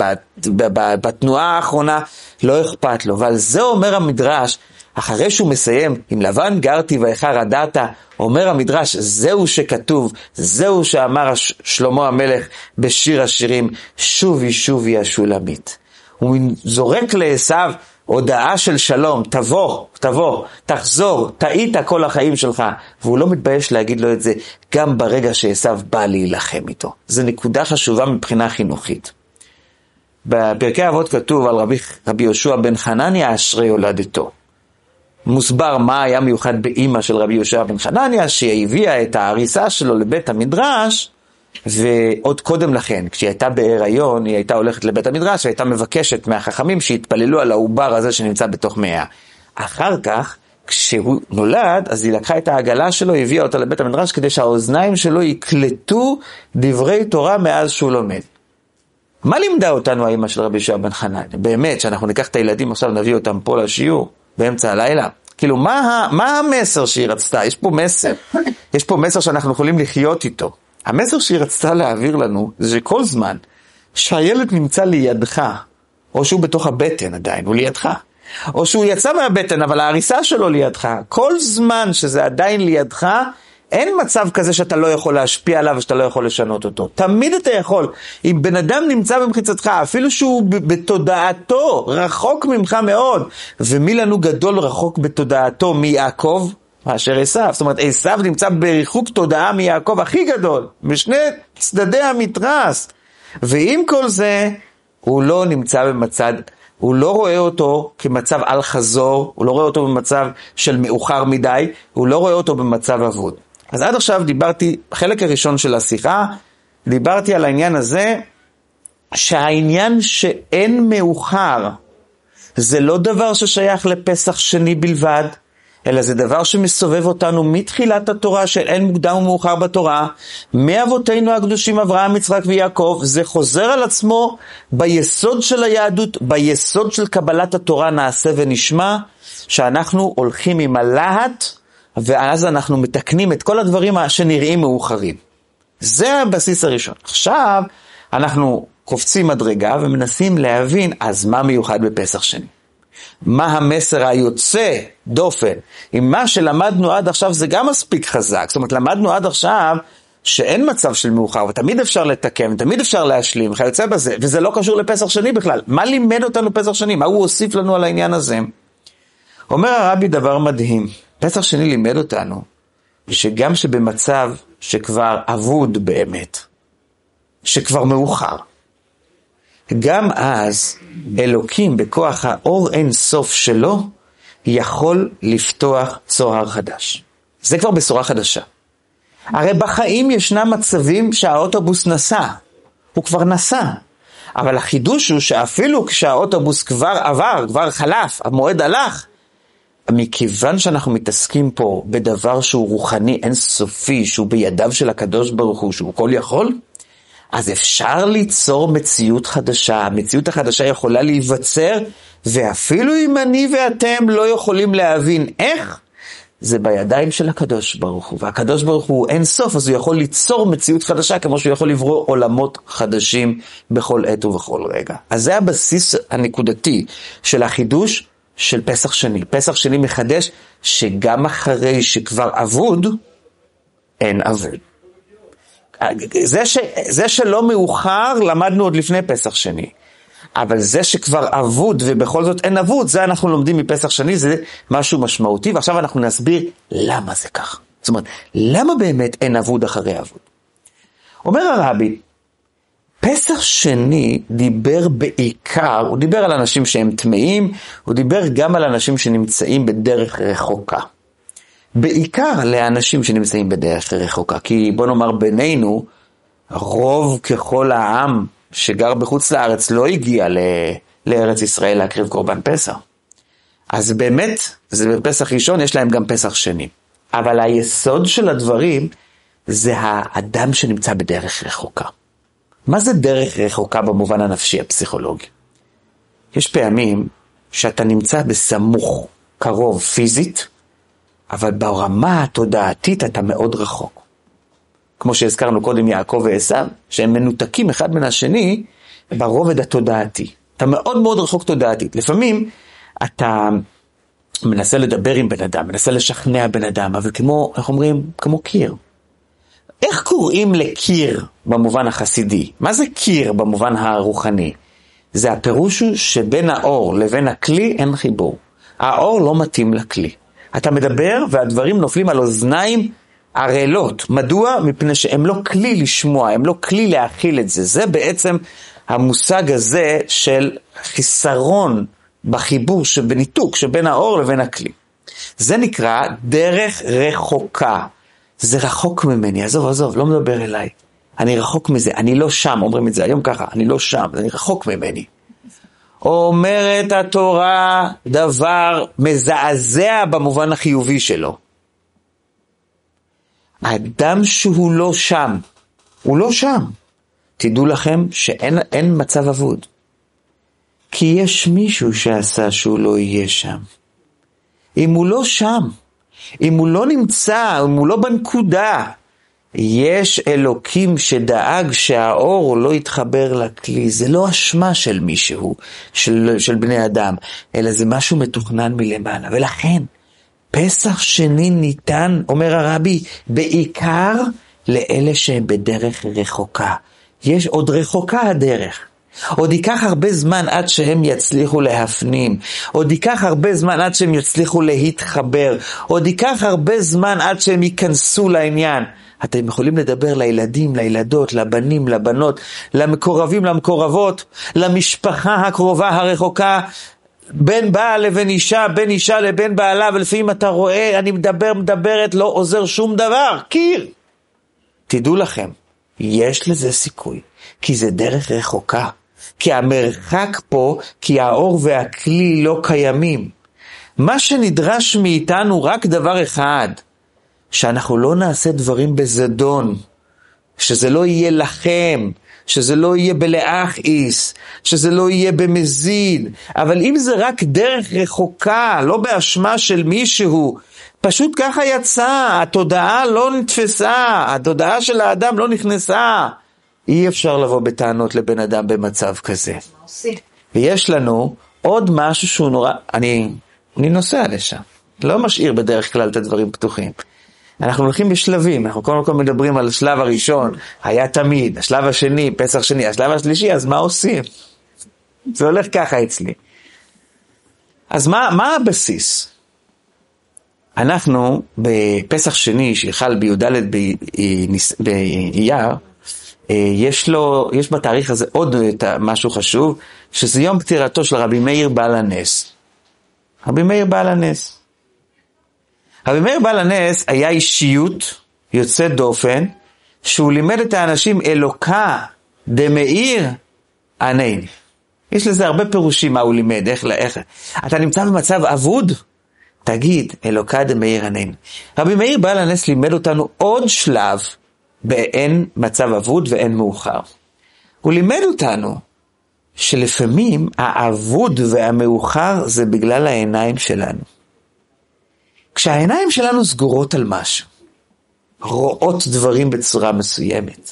בתנועה האחרונה, לא אכפת לו. ועל זה אומר המדרש, אחרי שהוא מסיים, עם לבן גרתי ואיכה רדעת, אומר המדרש, זהו שכתוב, זהו שאמר שלמה המלך בשיר השירים, שובי שובי השולמית. הוא זורק לעשיו הודעה של שלום, תבוא, תחזור, טעית כל החיים שלך, והוא לא מתבייש להגיד לו את זה, גם ברגע שעשיו בא להילחם איתו. זו נקודה חשובה מבחינה חינוכית. בפרקי אבות כתוב על רבי יהושע בן חנניה, אשרי הולדתו. מוסבר מה היה מיוחד באמא של רבי יהושע בן חנניה, שהביאה את ההריסה שלו לבית המדרש, ועוד קודם לכן, כשהיא הייתה בהיריון, היא הייתה הולכת לבית המדרש, והייתה מבקשת מהחכמים שהתפללו על העובר הזה שנמצא בתוך מאה. אחר כך, כשהוא נולד, אז היא לקחה את העגלה שלו, הביאה אותה לבית המדרש, כדי שהאוזניים שלו יקלטו דברי תורה מאז שהוא לומד. מה לימדה אותנו האמא של רבי יהושע בן חנניה? באמת, שאנחנו ניקח את הילדים עכשיו, נביא אותם פה לשיעור, באמצע הלילה. כאילו, מה המסר שהיא רצתה? יש פה מסר שאנחנו יכולים לחיות איתו. המסר שהיא רצתה להעביר לנו, זה שכל זמן שהילד נמצא לידך, או שהוא בתוך הבטן עדיין, הוא לידך, או שהוא יצא מהבטן, אבל ההריסה שלו לידך, כל זמן שזה עדיין לידך, אין מצב כזה שאתה לא יכול להשפיע עליו, ושאתה לא יכול לשנות אותו. תמיד אתה יכול. אם בן אדם נמצא במחיצתך, אפילו שהוא בתודעתו, רחוק ממך מאוד, ומי לנו גדול רחוק בתודעתו מיעקב? מאשר עשיו. זאת אומרת, עשיו נמצא בריחוק תודעה מיעקב הכי גדול, בשני צדדי המתרס. ועם כל זה, הוא לא נמצא הוא לא רואה אותו כמצב על חזור, הוא לא רואה אותו במצב של מאוחר מדי, הוא לא רואה אותו במצב אבוד. אז עד עכשיו דיברתי, בחלק הראשון של השיחה, דיברתי על העניין הזה, שהעניין שאין מאוחר, זה לא דבר ששייך לפסח שני בלבד, אלא זה דבר שמסובב אותנו מתחילת התורה של אין מוקדם ומאוחר בתורה, מאבותינו הקדושים אברהם, יצחק ויעקב, זה חוזר על עצמו ביסוד של היהדות, ביסוד של קבלת התורה נעשה ונשמע, שאנחנו הולכים עם הלהט, ואז אנחנו מתקנים את כל הדברים שנראים מאוחרים. זה הבסיס הראשון. עכשיו אנחנו קופצים מדרגה ומנסים להבין, אז מה מיוחד בפסח שני? מה המסר היוצא דופן? אם מה שלמדנו עד עכשיו זה גם מספיק חזק, זאת אומרת למדנו עד עכשיו שאין מצב של מאוחר, ותמיד אפשר לתקן, תמיד אפשר להשלים, וכיוצא בזה, וזה לא קשור לפסח שני בכלל. מה לימד אותנו פסח שני? מה הוא הוסיף לנו על העניין הזה? אומר הרבי דבר מדהים, פסח שני לימד אותנו, שגם שבמצב שכבר אבוד באמת, שכבר מאוחר, גם אז אלוקים בכוח האור אין סוף שלו יכול לפתוח צוהר חדש. זה כבר בשורה חדשה. הרי בחיים ישנם מצבים שהאוטובוס נסע, הוא כבר נסע, אבל החידוש הוא שאפילו כשהאוטובוס כבר עבר, כבר חלף, המועד הלך, מכיוון שאנחנו מתעסקים פה בדבר שהוא רוחני אינסופי, שהוא בידיו של הקדוש ברוך הוא, שהוא כל יכול, אז אפשר ליצור מציאות חדשה. המציאות החדשה יכולה להיווצר, ואפילו אם אני ואתם לא יכולים להבין איך, זה בידיים של הקדוש ברוך הוא. והקדוש ברוך הוא אין סוף, אז הוא יכול ליצור מציאות חדשה, כמו שהוא יכול לברוא עולמות חדשים בכל עת ובכל רגע. אז זה הבסיס הנקודתי של החידוש של פסח שני. פסח שני מחדש שגם אחרי שכבר אבוד, אין אבוד. זה שלא מאוחר למדנו עוד לפני פסח שני, אבל זה שכבר אבוד ובכל זאת אין אבוד, זה אנחנו לומדים מפסח שני, זה משהו משמעותי, ועכשיו אנחנו נסביר למה זה כך. זאת אומרת, למה באמת אין אבוד אחרי אבוד? אומר הרבי, פסח שני דיבר בעיקר, הוא דיבר על אנשים שהם טמאים, הוא דיבר גם על אנשים שנמצאים בדרך רחוקה. בעיקר לאנשים שנמצאים בדרך רחוקה, כי בוא נאמר בינינו, רוב ככל העם שגר בחוץ לארץ לא הגיע לארץ ישראל להקריב קורבן פסח. אז באמת, זה בפסח ראשון, יש להם גם פסח שני. אבל היסוד של הדברים זה האדם שנמצא בדרך רחוקה. מה זה דרך רחוקה במובן הנפשי הפסיכולוגי? יש פעמים שאתה נמצא בסמוך, קרוב פיזית, אבל ברמה התודעתית אתה מאוד רחוק. כמו שהזכרנו קודם יעקב ועשיו, שהם מנותקים אחד מן השני ברובד התודעתי. אתה מאוד מאוד רחוק תודעתית. לפעמים אתה מנסה לדבר עם בן אדם, מנסה לשכנע בן אדם, אבל כמו, איך אומרים? כמו קיר. איך קוראים לקיר במובן החסידי? מה זה קיר במובן הרוחני? זה הפירוש שבין האור לבין הכלי אין חיבור. האור לא מתאים לכלי. אתה מדבר והדברים נופלים על אוזניים ערלות. מדוע? מפני שהם לא כלי לשמוע, הם לא כלי להכיל את זה. זה בעצם המושג הזה של חיסרון בחיבור, בניתוק שבין האור לבין הכלי. זה נקרא דרך רחוקה. זה רחוק ממני, עזוב, לא מדבר אליי. אני רחוק מזה, אני לא שם, אומרים את זה היום ככה, אני לא שם, אני רחוק ממני. אומרת התורה דבר מזעזע במובן החיובי שלו. האדם שהוא לא שם, הוא לא שם. תדעו לכם שאין מצב אבוד. כי יש מישהו שעשה שהוא לא יהיה שם. אם הוא לא שם, אם הוא לא נמצא, אם הוא לא בנקודה, יש אלוקים שדאג שהאור לא יתחבר לכלי. זה לא אשמה של מישהו, של בני אדם, אלא זה משהו מתוכנן מלמעלה. ולכן, פסח שני ניתן, אומר הרבי, בעיקר לאלה שהם בדרך רחוקה. יש עוד רחוקה הדרך. עוד ייקח הרבה זמן עד שהם יצליחו להפנים, עוד ייקח הרבה זמן עד שהם יצליחו להתחבר, עוד ייקח הרבה זמן עד שהם ייכנסו לעניין. אתם יכולים לדבר לילדים, לילדות, לבנים, לבנות, למקורבים, למקורבות, למשפחה הקרובה, הרחוקה, בין בעל לבין אישה, בין אישה לבין בעלה, ולפעמים אתה רואה, אני מדברת, לא עוזר שום דבר, קיר. תדעו לכם, יש לזה סיכוי, כי זה דרך רחוקה, כי המרחק פה, כי האור והכלי לא קיימים. מה שנדרש מאיתנו רק דבר אחד, שאנחנו לא נעשה דברים בזדון, שזה לא יהיה לכם, שזה לא יהיה בלאכיס, שזה לא יהיה במזיד, אבל אם זה רק דרך רחוקה, לא באשמה של מישהו, פשוט ככה יצא, התודעה לא נתפסה, התודעה של האדם לא נכנסה, אי אפשר לבוא בטענות לבן אדם במצב כזה. ויש לנו עוד משהו שהוא נורא, אני נוסע לשם, לא משאיר בדרך כלל את הדברים פתוחים. אנחנו הולכים בשלבים, אנחנו קודם כל מדברים על השלב הראשון, היה תמיד, השלב השני, פסח שני, השלב השלישי, אז מה עושים? זה הולך ככה אצלי. אז מה הבסיס? אנחנו בפסח שני, שיחל בי"ד באייר, יש בתאריך הזה עוד משהו חשוב, שזה יום פטירתו של רבי מאיר בעל הנס. רבי מאיר בעל הנס. רבי מאיר בעל הנס היה אישיות יוצא דופן, שהוא לימד את האנשים אלוקה דמאיר ענני. יש לזה הרבה פירושים מה הוא לימד, איך. אתה נמצא במצב אבוד? תגיד, אלוקה דמאיר ענני. רבי מאיר בעל הנס לימד אותנו עוד שלב, באין מצב אבוד ואין מאוחר. הוא לימד אותנו שלפעמים האבוד והמאוחר זה בגלל העיניים שלנו. כשהעיניים שלנו סגורות על משהו, רואות דברים בצורה מסוימת,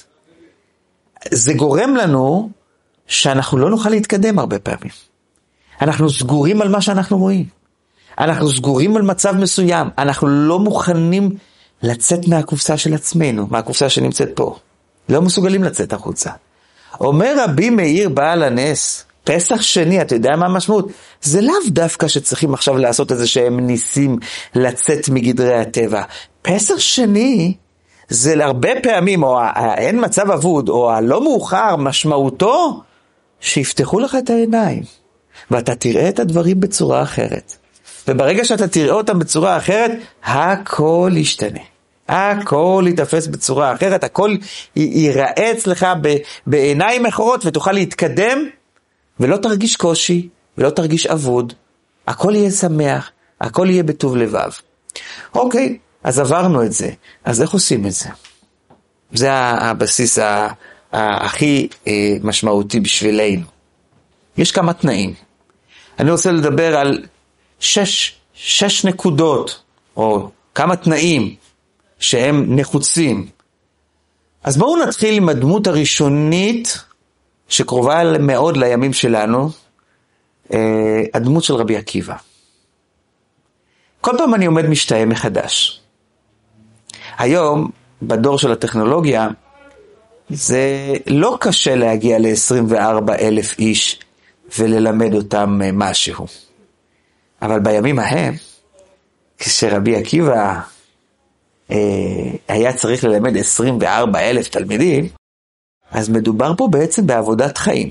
זה גורם לנו שאנחנו לא נוכל להתקדם הרבה פעמים. אנחנו סגורים על מה שאנחנו רואים. אנחנו סגורים על מצב מסוים. אנחנו לא מוכנים לצאת מהקופסה של עצמנו, מהקופסה שנמצאת פה. לא מסוגלים לצאת החוצה. אומר רבי מאיר בעל הנס, פסח שני, אתה יודע מה המשמעות? זה לאו דווקא שצריכים עכשיו לעשות איזה שהם ניסים לצאת מגדרי הטבע. פסח שני, זה להרבה פעמים, או אין מצב אבוד, או הלא מאוחר, משמעותו, שיפתחו לך את העיניים, ואתה תראה את הדברים בצורה אחרת. וברגע שאתה תראה אותם בצורה אחרת, הכל ישתנה. הכל יתפס בצורה אחרת, הכל ייראה אצלך בעיניים אחרות, ותוכל להתקדם, ולא תרגיש קושי, ולא תרגיש אבוד. הכל יהיה שמח, הכל יהיה בטוב לבב. אוקיי, אז עברנו את זה. אז איך עושים את זה? זה הבסיס הכי משמעותי בשבילנו. יש כמה תנאים. אני רוצה לדבר על 6 נקודות, או כמה תנאים שהם נחוצים. אז בואו נתחיל עם הדמות הראשונית, שקרובה מאוד לימים שלנו, הדמות של רבי עקיבא. כל פעם אני עומד משתאה מחדש. היום, בדור של הטכנולוגיה, זה לא קשה להגיע ל-24,000 איש וללמד אותם משהו. אבל בימים ההם, כשרבי עקיבא היה צריך ללמד 24,000 תלמידים, אז מדובר פה בעצם בעבודת חיים.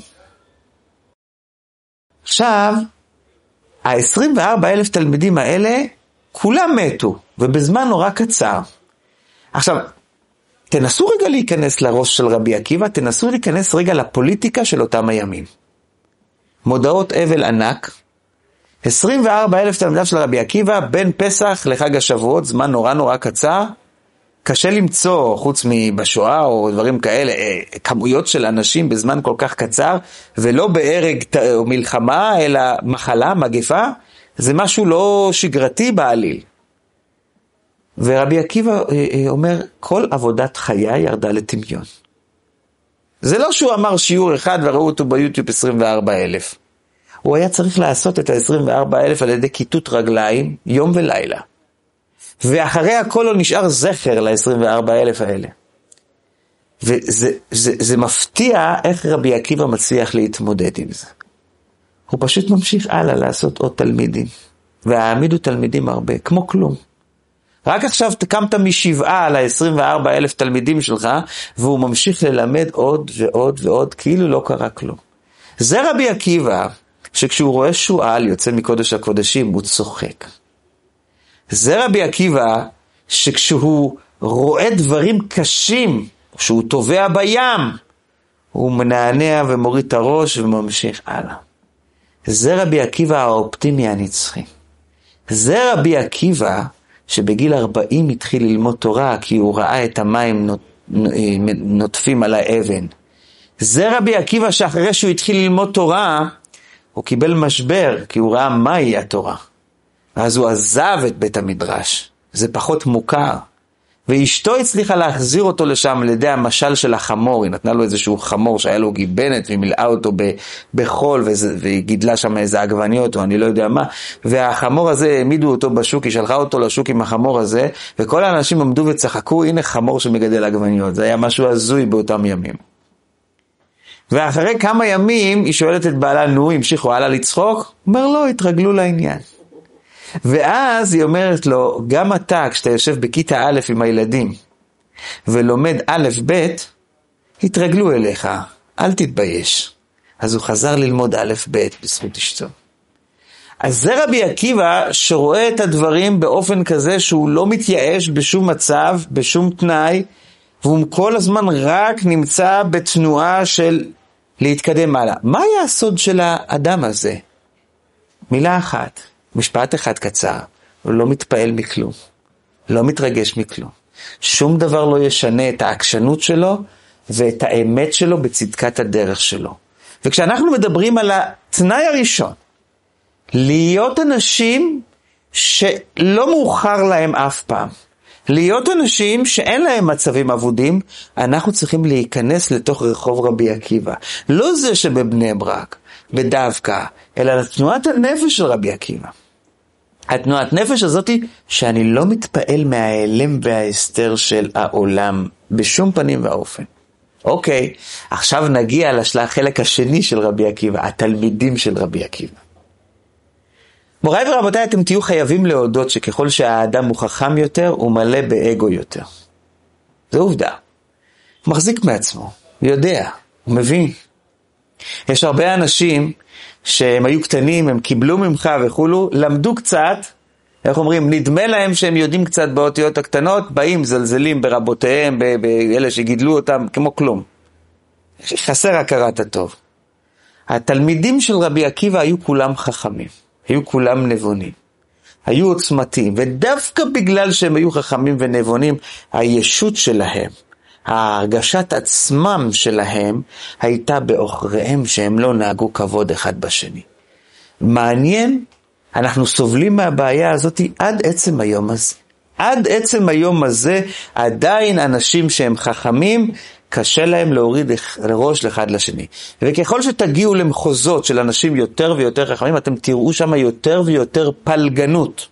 עכשיו, ה-24,000 תלמידים האלה, כולם מתו, ובזמן נורא קצר. עכשיו, תנסו רגע להיכנס לראש של רבי עקיבא, תנסו להיכנס רגע לפוליטיקה של אותם הימים. מודעות אבל ענק, 24,000 תלמידיו של רבי עקיבא, בין פסח לחג השבועות, זמן נורא קצר, קשה למצוא, חוץ מבשואה או דברים כאלה, כמויות של אנשים בזמן כל כך קצר, ולא בהרג או מלחמה, אלא מחלה, מגפה, זה משהו לא שגרתי בעליל. ורבי עקיבא אומר, כל עבודת חיי ירדה לטמיון. זה לא שהוא אמר שיעור אחד וראו אותו ביוטיוב 24,000. הוא היה צריך לעשות את ה-24,000 על ידי כיתות רגליים, יום ולילה. ואחרי הכל לא נשאר זכר ל-24,000 האלה. וזה מפתיע איך רבי עקיבא מצליח להתמודד עם זה. הוא פשוט ממשיך הלאה לעשות עוד תלמידים. והעמידו תלמידים הרבה, כמו כלום. רק עכשיו קמת משבעה על ה-24,000 תלמידים שלך, והוא ממשיך ללמד עוד ועוד ועוד, כאילו לא קרה כלום. זה רבי עקיבא, שכשהוא רואה שועל יוצא מקודש הקודשים, הוא צוחק. זה רבי עקיבא, שכשהוא רואה דברים קשים, שהוא טובע בים, הוא מנענע ומוריד את הראש וממשיך הלאה. זה רבי עקיבא האופטימי הנצחי. זה רבי עקיבא שבגיל 40 התחיל ללמוד תורה, כי הוא ראה את המים נוטפים על האבן. זה רבי עקיבא שאחרי שהוא התחיל ללמוד תורה, הוא קיבל משבר, כי הוא ראה מהי התורה. אז הוא עזב את בית המדרש. זה פחות מוכר. ואשתו הצליחה להחזיר אותו לשם על ידי המשל של החמור. היא נתנה לו איזשהו חמור שהיה לו גיבנת, והיא מילאה אותו בחול, והיא גידלה שם איזה עגבניות, או אני לא יודע מה. והחמור הזה, העמידו אותו בשוק, היא שלחה אותו לשוק עם החמור הזה, וכל האנשים עמדו וצחקו, הנה חמור שמגדל עגבניות. זה היה משהו הזוי באותם ימים. ואחרי כמה ימים, היא שואלת את בעלה, נו, המשיכו הלאה לצחוק? אומר לו, התרגלו לעניין. ואז היא אומרת לו, גם אתה, כשאתה יושב בכיתה א' עם הילדים, ולומד א' ב', התרגלו אליך, אל תתבייש. אז הוא חזר ללמוד א' ב' בזכות אשתו. אז זה רבי עקיבא שרואה את הדברים באופן כזה, שהוא לא מתייאש בשום מצב, בשום תנאי, והוא כל הזמן רק נמצא בתנועה של להתקדם הלאה. מה היה הסוד של האדם הזה? מילה אחת. משפט אחד קצר, הוא לא מתפעל מכלום, לא מתרגש מכלום. שום דבר לא ישנה את העקשנות שלו ואת האמת שלו בצדקת הדרך שלו. וכשאנחנו מדברים על התנאי הראשון, להיות אנשים שלא מאוחר להם אף פעם, להיות אנשים שאין להם מצבים אבודים, אנחנו צריכים להיכנס לתוך רחוב רבי עקיבא. לא זה שבבני ברק, בדווקא, אלא לתנועת הנפש של רבי עקיבא. התנועת נפש הזאת היא שאני לא מתפעל מהאלם וההסתר של העולם בשום פנים ואופן. אוקיי, עכשיו נגיע לחלק השני של רבי עקיבא, התלמידים של רבי עקיבא. מוריי ורבותיי, אתם תהיו חייבים להודות שככל שהאדם הוא חכם יותר, הוא מלא באגו יותר. זו עובדה. הוא מחזיק מעצמו, הוא יודע, הוא מבין. יש הרבה אנשים שהם היו קטנים, הם קיבלו ממך וכולו, למדו קצת, איך אומרים, נדמה להם שהם יודעים קצת באותיות הקטנות, באים זלזלים ברבותיהם, באלה שגידלו אותם, כמו כלום. חסר הכרת הטוב. התלמידים של רבי עקיבא היו כולם חכמים, היו כולם נבונים, היו עוצמתיים, ודווקא בגלל שהם היו חכמים ונבונים, הישות שלהם, ההרגשת עצמם שלהם הייתה באוכריהם שהם לא נהגו כבוד אחד בשני. מעניין, אנחנו סובלים מהבעיה הזאת עד עצם היום הזה. עד עצם היום הזה עדיין אנשים שהם חכמים קשה להם להוריד ראש אחד לשני. וככל שתגיעו למחוזות של אנשים יותר ויותר חכמים, אתם תראו שם יותר ויותר פלגנות.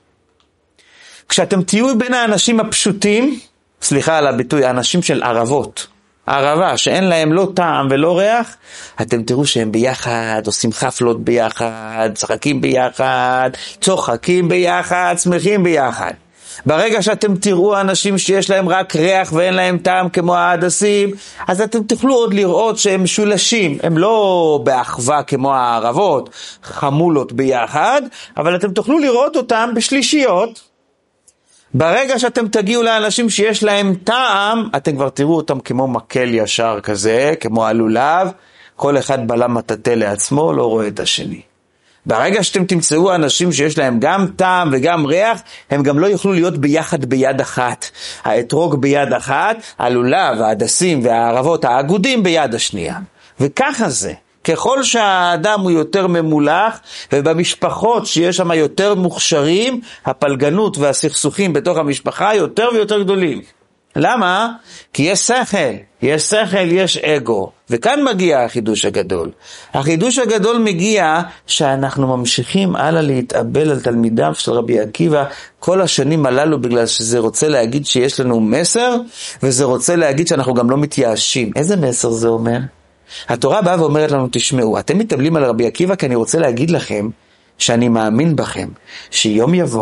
כשאתם תהיו בין האנשים הפשוטים, סליחה על הביטוי, האנשים של ערבות, ערבה שאין להם לא טעם ולא ריח, אתם תראו שהם ביחד, עושים חפלות ביחד, צחקים ביחד, צוחקים ביחד, שמחים ביחד. ברגע שאתם תראו אנשים שיש להם רק ריח ואין להם טעם כמו ההדסים, אז אתם תוכלו עוד לראות שהם משולשים, הם לא באחווה כמו הערבות, חמולות ביחד, אבל אתם תוכלו לראות אותם בשלישיות. ברגע שאתם תגיעו לאנשים שיש להם טעם, אתם כבר תראו אותם כמו מקל ישר כזה, כמו הלולב, כל אחד בלם מטאטא לעצמו, לא רואה את השני. ברגע שאתם תמצאו אנשים שיש להם גם טעם וגם ריח, הם גם לא יוכלו להיות ביחד ביד אחת. האתרוג ביד אחת, הלולב, ההדסים והערבות, האגודים ביד השנייה. וככה זה. ככל שהאדם הוא יותר ממולח, ובמשפחות שיש שם יותר מוכשרים, הפלגנות והסכסוכים בתוך המשפחה יותר ויותר גדולים. למה? כי יש שכל, יש אגו. וכאן מגיע החידוש הגדול. החידוש הגדול מגיע שאנחנו ממשיכים הלאה להתאבל על תלמידיו של רבי עקיבא כל השנים הללו, בגלל שזה רוצה להגיד שיש לנו מסר, וזה רוצה להגיד שאנחנו גם לא מתייאשים. איזה מסר זה אומר? התורה באה ואומרת לנו, תשמעו, אתם מתאבלים על רבי עקיבא כי אני רוצה להגיד לכם שאני מאמין בכם, שיום יבוא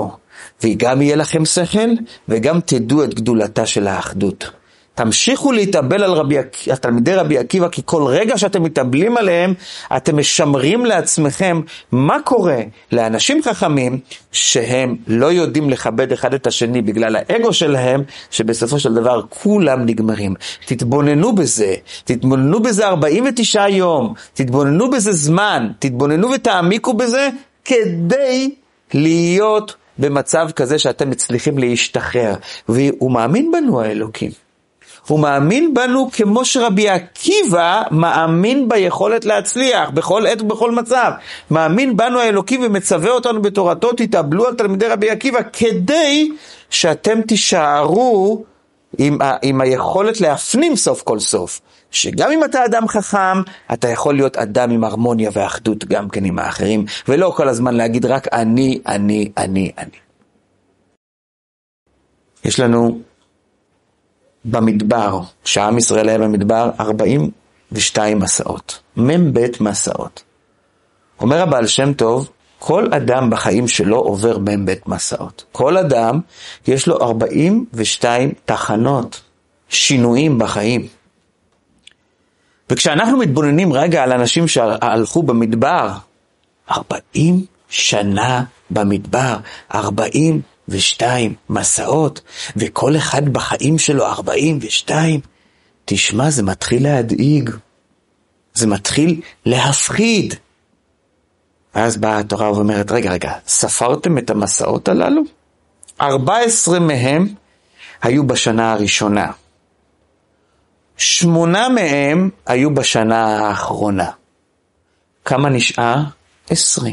וגם יהיה לכם שכל, וגם תדעו את גדולתה של האחדות. תמשיכו להתאבל על תלמידי רבי עקיבא, כי כל רגע שאתם מתאבלים עליהם, אתם משמרים לעצמכם מה קורה לאנשים חכמים, שהם לא יודעים לכבד אחד את השני בגלל האגו שלהם, שבסופו של דבר כולם נגמרים. תתבוננו בזה, תתבוננו בזה 49 יום, תתבוננו בזה זמן, תתבוננו ותעמיקו בזה, כדי להיות במצב כזה שאתם מצליחים להשתחרר. והוא מאמין בנו האלוקים. הוא מאמין בנו כמו שרבי עקיבא מאמין ביכולת להצליח, בכל עת ובכל מצב. מאמין בנו האלוקים ומצווה אותנו בתורתו, תתאבלו על תלמידי רבי עקיבא, כדי שאתם תישארו עם היכולת להפנים סוף כל סוף. שגם אם אתה אדם חכם, אתה יכול להיות אדם עם הרמוניה ואחדות גם כן עם האחרים, ולא כל הזמן להגיד רק אני, אני, אני, אני. יש לנו במדבר, שעם ישראל היה במדבר 42 מסעות, מבית מסעות. אומר הבעל שם טוב, כל אדם בחיים שלו עובר מבית מסעות. כל אדם יש לו 42 תחנות, שינויים בחיים. וכשאנחנו מתבוננים רגע על אנשים שהלכו במדבר, 40 שנה במדבר, 42 מסעות, וכל אחד בחיים שלו 42, תשמע, זה מתחיל להדאיג, זה מתחיל להפחיד. ואז באה התורה ואומרת, רגע, ספרתם את המסעות הללו? 14 מהם היו בשנה הראשונה. 8 מהם היו בשנה האחרונה. כמה נשאר? 20.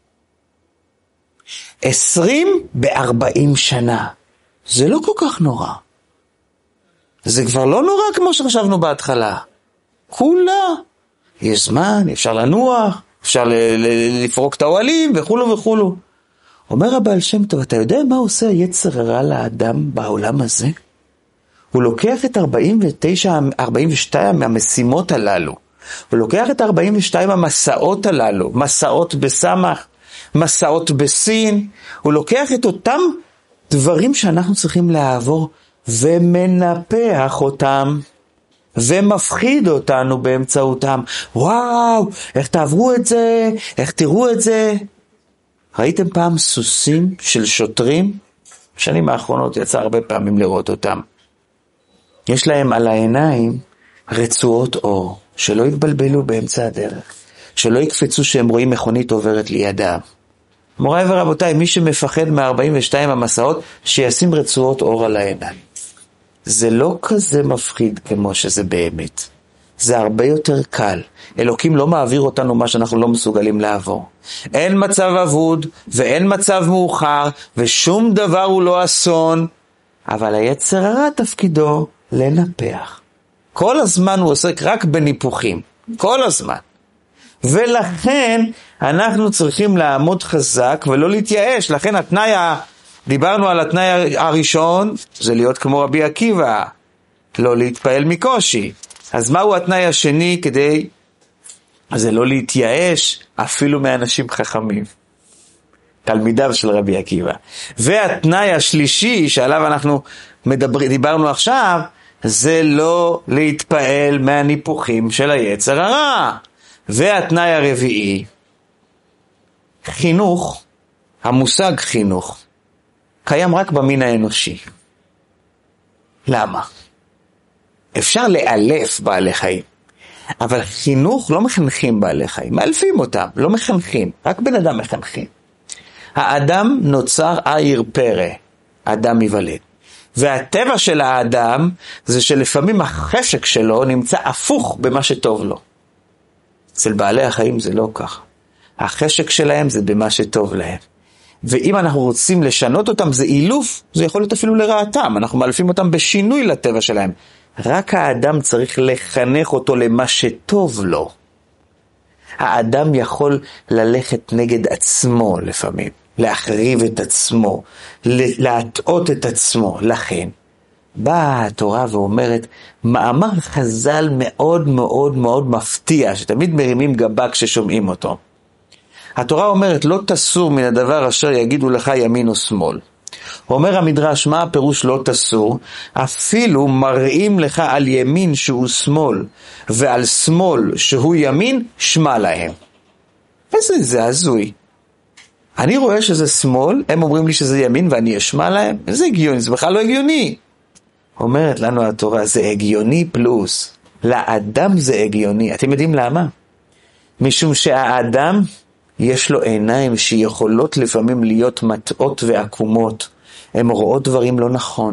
20 ב-40 שנה. זה לא כל כך נורא. זה כבר לא נורא כמו שחשבנו בהתחלה. כולה. יש זמן, אפשר לנוח, אפשר לפרוק את האוהלים וכולו וכולו. אומר הבעל שם טוב, אתה יודע מה עושה היצר הרע לאדם בעולם הזה? הוא לוקח את 42 המשימות הללו. הוא לוקח את 42 המסעות הללו, מסעות בסמך, מסעות בסין. הוא לוקח את אותם דברים שאנחנו צריכים לעבור ומנפח אותם ומפחיד אותנו באמצעותם. וואו, איך תעברו את זה? איך תראו את זה? ראיתם פעם סוסים של שוטרים? בשנים האחרונות יצא הרבה פעמים לראות אותם. יש להם על העיניים רצועות אור, שלא יתבלבלו באמצע הדרך, שלא יקפצו שהם רואים מכונית עוברת לידם. מוריי ורבותיי, מי שמפחד מ-42 המסעות, שישים רצועות אור על העיניים. זה לא כזה מפחיד כמו שזה באמת. זה הרבה יותר קל. אלוקים לא מעביר אותנו מה שאנחנו לא מסוגלים לעבור. אין מצב אבוד ואין מצב מאוחר ושום דבר הוא לא אסון, אבל היצר הרע תפקידו לנפח. כל הזמן הוא עוסק רק בניפוחים. כל הזמן. ולכן אנחנו צריכים לעמוד חזק ולא להתייאש. לכן דיברנו על התנאי הראשון, זה להיות כמו רבי עקיבא, לא להתפעל מקושי. אז מהו התנאי השני זה לא להתייאש אפילו מאנשים חכמים, תלמידיו של רבי עקיבא. והתנאי השלישי שעליו אנחנו דיברנו עכשיו, זה לא להתפעל מהניפוחים של היצר הרע. והתנאי הרביעי, חינוך, המושג חינוך, קיים רק במין האנושי. למה? אפשר לאלף בעלי חיים, אבל חינוך לא מחנכים בעלי חיים, מאלפים אותם, לא מחנכים, רק בן אדם מחנכים. האדם נוצר עיר פרא, אדם יוולד. והטבע של האדם זה שלפעמים החשק שלו נמצא הפוך במה שטוב לו. אצל בעלי החיים זה לא כך. החשק שלהם זה במה שטוב להם. ואם אנחנו רוצים לשנות אותם, זה אילוף, זה יכול להיות אפילו לרעתם. אנחנו מאלפים אותם בשינוי לטבע שלהם. רק האדם צריך לחנך אותו למה שטוב לו. האדם יכול ללכת נגד עצמו לפעמים, להחריב את עצמו, להטעות את עצמו. לכן באה התורה ואומרת, מאמר חז"ל מאוד מאוד מאוד מפתיע, שתמיד מרימים גבה כששומעים אותו. התורה אומרת, לא תסור מן הדבר אשר יגידו לך ימין או שמאל. אומר המדרש, מה הפירוש לא תסור? אפילו מראים לך על ימין שהוא שמאל, ועל שמאל שהוא ימין, שמע להם. זה הזוי. אני רואה שזה שמאל, הם אומרים לי שזה ימין ואני אשמע להם? זה הגיוני, זה בכלל לא הגיוני. אומרת לנו התורה, זה הגיוני פלוס. לאדם זה הגיוני. אתם יודעים למה? משום שהאדם יש לו עיניים שיכולות לפעמים להיות מטעות ועקומות. הן רואות דברים לא נכון.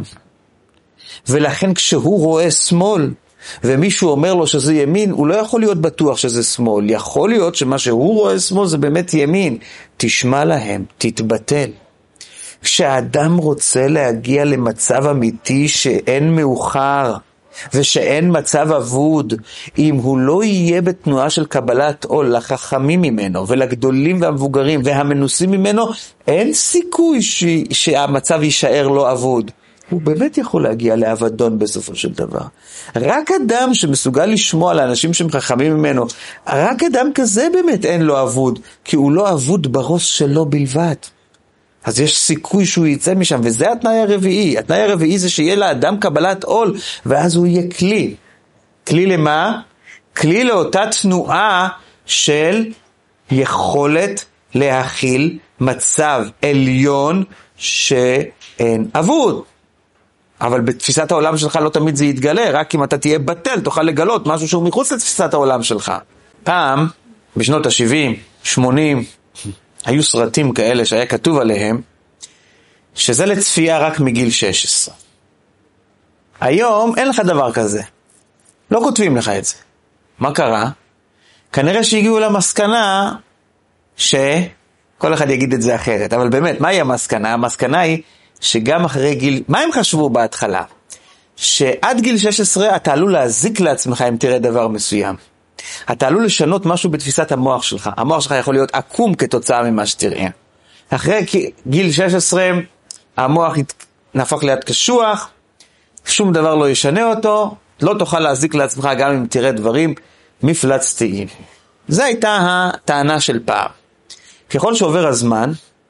ולכן כשהוא רואה שמאל, ומישהו אומר לו שזה ימין, הוא לא יכול להיות בטוח שזה שמאל. יכול להיות שמה שהוא רואה שמאל זה באמת ימין. תשמע להם, תתבטל. כשאדם רוצה להגיע למצב אמיתי שאין מאוחר, ושאין מצב אבוד, אם הוא לא יהיה בתנועה של קבלת עול לחכמים ממנו, ולגדולים והמבוגרים והמנוסים ממנו, אין סיכוי שהמצב יישאר לא אבוד. הוא באמת יכול להגיע לאבדון בסופו של דבר. רק אדם שמסוגל לשמוע לאנשים שהם חכמים ממנו, רק אדם כזה באמת אין לו אבוד, כי הוא לא אבוד בראש שלו בלבד. אז יש סיכוי שהוא יצא משם, וזה התנאי הרביעי. התנאי הרביעי זה שיהיה לאדם קבלת עול, ואז הוא יהיה כלי. כלי למה? כלי לאותה תנועה של יכולת להכיל מצב עליון שאין אבוד. אבל בתפיסת העולם שלך לא תמיד זה יתגלה, רק אם אתה תהיה בטל, תוכל לגלות משהו שהוא מחוץ לתפיסת העולם שלך. פעם, בשנות ה-70, 80, היו סרטים כאלה שהיה כתוב עליהם, שזה לצפייה רק מגיל 16. היום אין לך דבר כזה. לא כותבים לך את זה. מה קרה? כנראה שהגיעו למסקנה שכל אחד יגיד את זה אחרת. אבל באמת, מהי המסקנה? המסקנה היא שגם אחרי גיל... מה הם חשבו בהתחלה? שעד גיל 16 אתה עלול להזיק לעצמך אם תראה דבר מסוים. אתה עלול לשנות משהו בתפיסת המוח שלך. המוח שלך יכול להיות עקום כתוצאה ממה שתראה. אחרי גיל 16, המוח נהפך ליד קשוח, שום דבר לא ישנה אותו, לא תוכל להזיק לעצמך גם אם תראה דברים מפלצתיים. זו הייתה הטענה של פעם. ככל שעובר הזמן,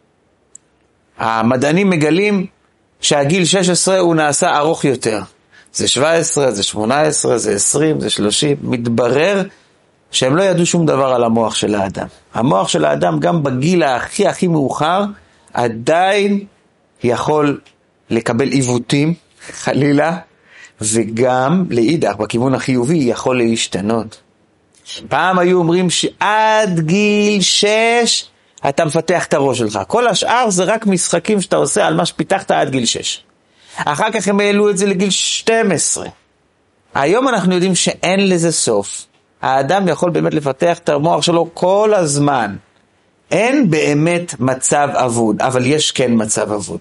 המדענים מגלים שהגיל 16 הוא נעשה ארוך יותר. זה 17, זה 18, זה 20, זה 30. מתברר שהם לא ידעו שום דבר על המוח של האדם. המוח של האדם גם בגיל הכי מאוחר עדיין יכול לקבל עיוותים, חלילה, וגם לאידך, בכיוון החיובי, יכול להשתנות. פעם היו אומרים שעד גיל 6 אתה מפתח את הראש שלך. כל השאר זה רק משחקים שאתה עושה על מה שפיתחת עד גיל 6. אחר כך הם העלו את זה לגיל 12. היום אנחנו יודעים שאין לזה סוף. האדם יכול באמת לפתח את המוח שלו כל הזמן. אין באמת מצב אבוד, אבל יש כן מצב אבוד.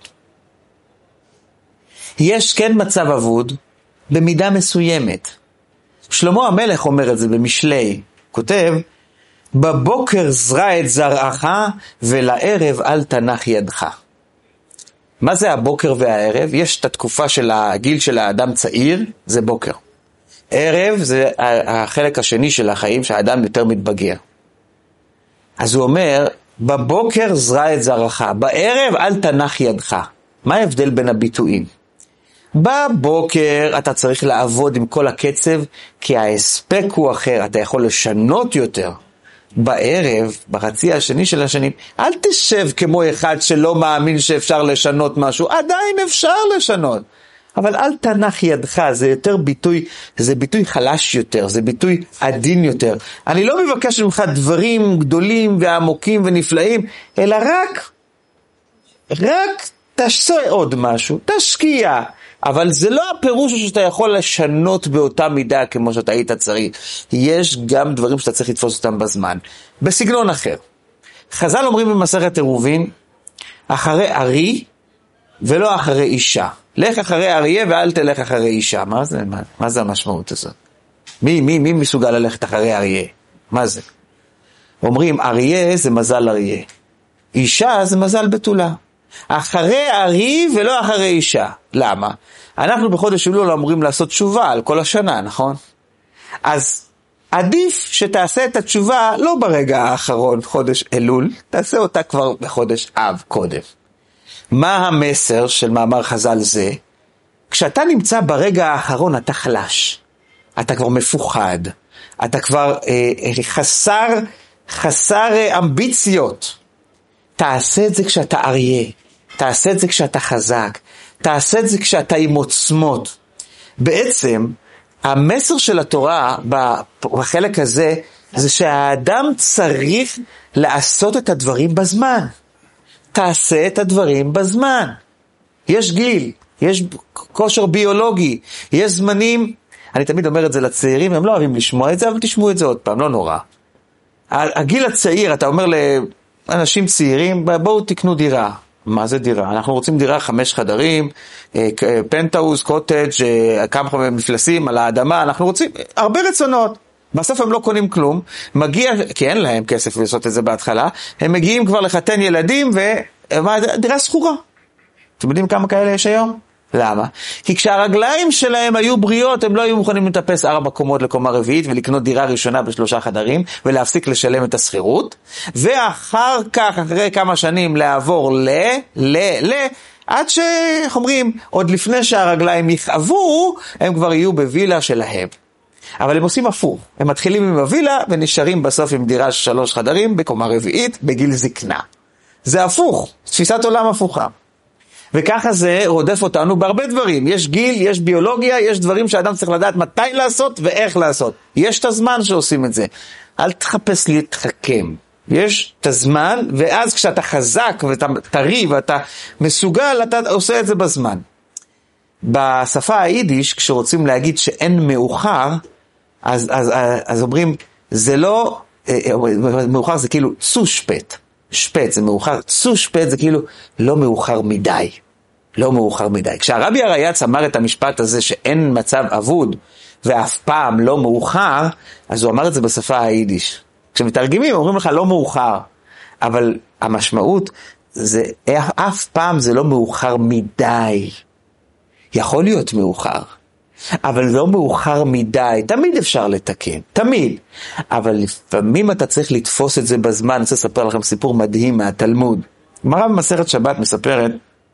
יש כן מצב אבוד במידה מסוימת. שלמה המלך אומר את זה במשלי, כותב, בבוקר זרע את זרעך ולערב אל תנח ידך. מה זה הבוקר והערב? יש את התקופה של הגיל של האדם צעיר, זה בוקר. ערב זה החלק השני של החיים שהאדם יותר מתבגר. אז הוא אומר, בבוקר זרע את זרעך, בערב אל תנח ידך. מה ההבדל בין הביטויים? בבוקר אתה צריך לעבוד עם כל הקצב, כי ההספק הוא אחר, אתה יכול לשנות יותר. בערב, בחצי השני של השנים, אל תשב כמו אחד שלא מאמין שאפשר לשנות משהו, עדיין אפשר לשנות. אבל אל תנח ידך, זה יותר ביטוי, זה ביטוי חלש יותר, זה ביטוי עדין יותר. אני לא מבקש ממך דברים גדולים ועמוקים ונפלאים, אלא רק תעשה עוד משהו, תשקיע. אבל זה לא הפירוש שאתה יכול לשנות באותה מידה כמו שאתה היית צריך. יש גם דברים שאתה צריך לתפוס אותם בזמן. בסגנון אחר. חז"ל אומרים במסכת עירובין, אחרי ארי ולא אחרי אישה. לך אחרי אריה ואל תלך אחרי אישה. מה זה המשמעות הזאת? מי מסוגל ללכת אחרי אריה? מה זה? אומרים אריה זה מזל אריה. אישה זה מזל בתולה. אחרי ארי ולא אחרי אישה. למה? אנחנו בחודש אלול אמורים לעשות תשובה על כל השנה, נכון? אז עדיף שתעשה את התשובה לא ברגע האחרון, חודש אלול, תעשה אותה כבר בחודש אב קודם. מה המסר של מאמר חז"ל זה? כשאתה נמצא ברגע האחרון אתה חלש, אתה כבר מפוחד, אתה כבר חסר אמביציות. תעשה את זה כשאתה אריה, תעשה את זה כשאתה חזק, תעשה את זה כשאתה עם עוצמות. בעצם המסר של התורה בחלק הזה זה שהאדם צריך לעשות את הדברים בזמן. תעשה את הדברים בזמן. יש גיל, יש כושר ביולוגי, יש זמנים. אני תמיד אומר את זה לצעירים, הם לא אוהבים לשמוע את זה, אבל תשמעו את זה עוד פעם, לא נורא. הגיל הצעיר, אתה אומר לאנשים צעירים, בואו תקנו דירה. מה זה דירה? אנחנו רוצים דירה 5 חדרים, פנטהאוס, קוטג', כמה מפלסים על האדמה, אנחנו רוצים הרבה רצונות. בסוף הם לא קונים כלום, מגיע, כי אין להם כסף לעשות את זה בהתחלה, הם מגיעים כבר לחתן ילדים ודירה סחורה. אתם יודעים כמה כאלה יש היום? למה? כי כשהרגליים שלהם היו בריאות, הם לא היו מוכנים לטפס 4 קומות לקומה רביעית, ולקנות דירה ראשונה ב3 חדרים, ולהפסיק לשלם את השכירות, ואחר כך, אחרי כמה שנים, לעבור עד איך אומרים, עוד לפני שהרגליים יכאבו, הם כבר יהיו בווילה שלהם. אבל הם עושים הפוך, הם מתחילים עם הווילה, ונשארים בסוף עם דירה 3 חדרים, בקומה רביעית, בגיל זקנה. זה הפוך, תפיסת עולם הפוכה. וככה זה רודף אותנו בהרבה דברים. יש גיל, יש ביולוגיה, יש דברים שאדם צריך לדעת מתי לעשות ואיך לעשות. יש את הזמן שעושים את זה. אל תחפש להתחכם. יש את הזמן, ואז כשאתה חזק ואתה טרי ואתה מסוגל, אתה עושה את זה בזמן. בשפה היידיש, כשרוצים להגיד שאין מאוחר, אז אומרים, זה לא, מאוחר זה כאילו צושפט. שפט זה מאוחר, צושפט זה כאילו לא מאוחר מדי. לא מאוחר מדי. כשהרבי הרייץ אמר את המשפט הזה שאין מצב אבוד ואף פעם לא מאוחר, אז הוא אמר את זה בשפה היידיש. כשמתרגמים אומרים לך לא מאוחר, אבל המשמעות זה אף פעם זה לא מאוחר מדי. יכול להיות מאוחר, אבל לא מאוחר מדי. תמיד אפשר לתקן, תמיד. אבל לפעמים אתה צריך לתפוס את זה בזמן. אני רוצה לספר לכם סיפור מדהים מהתלמוד. גמרא במסכת שבת מספרת,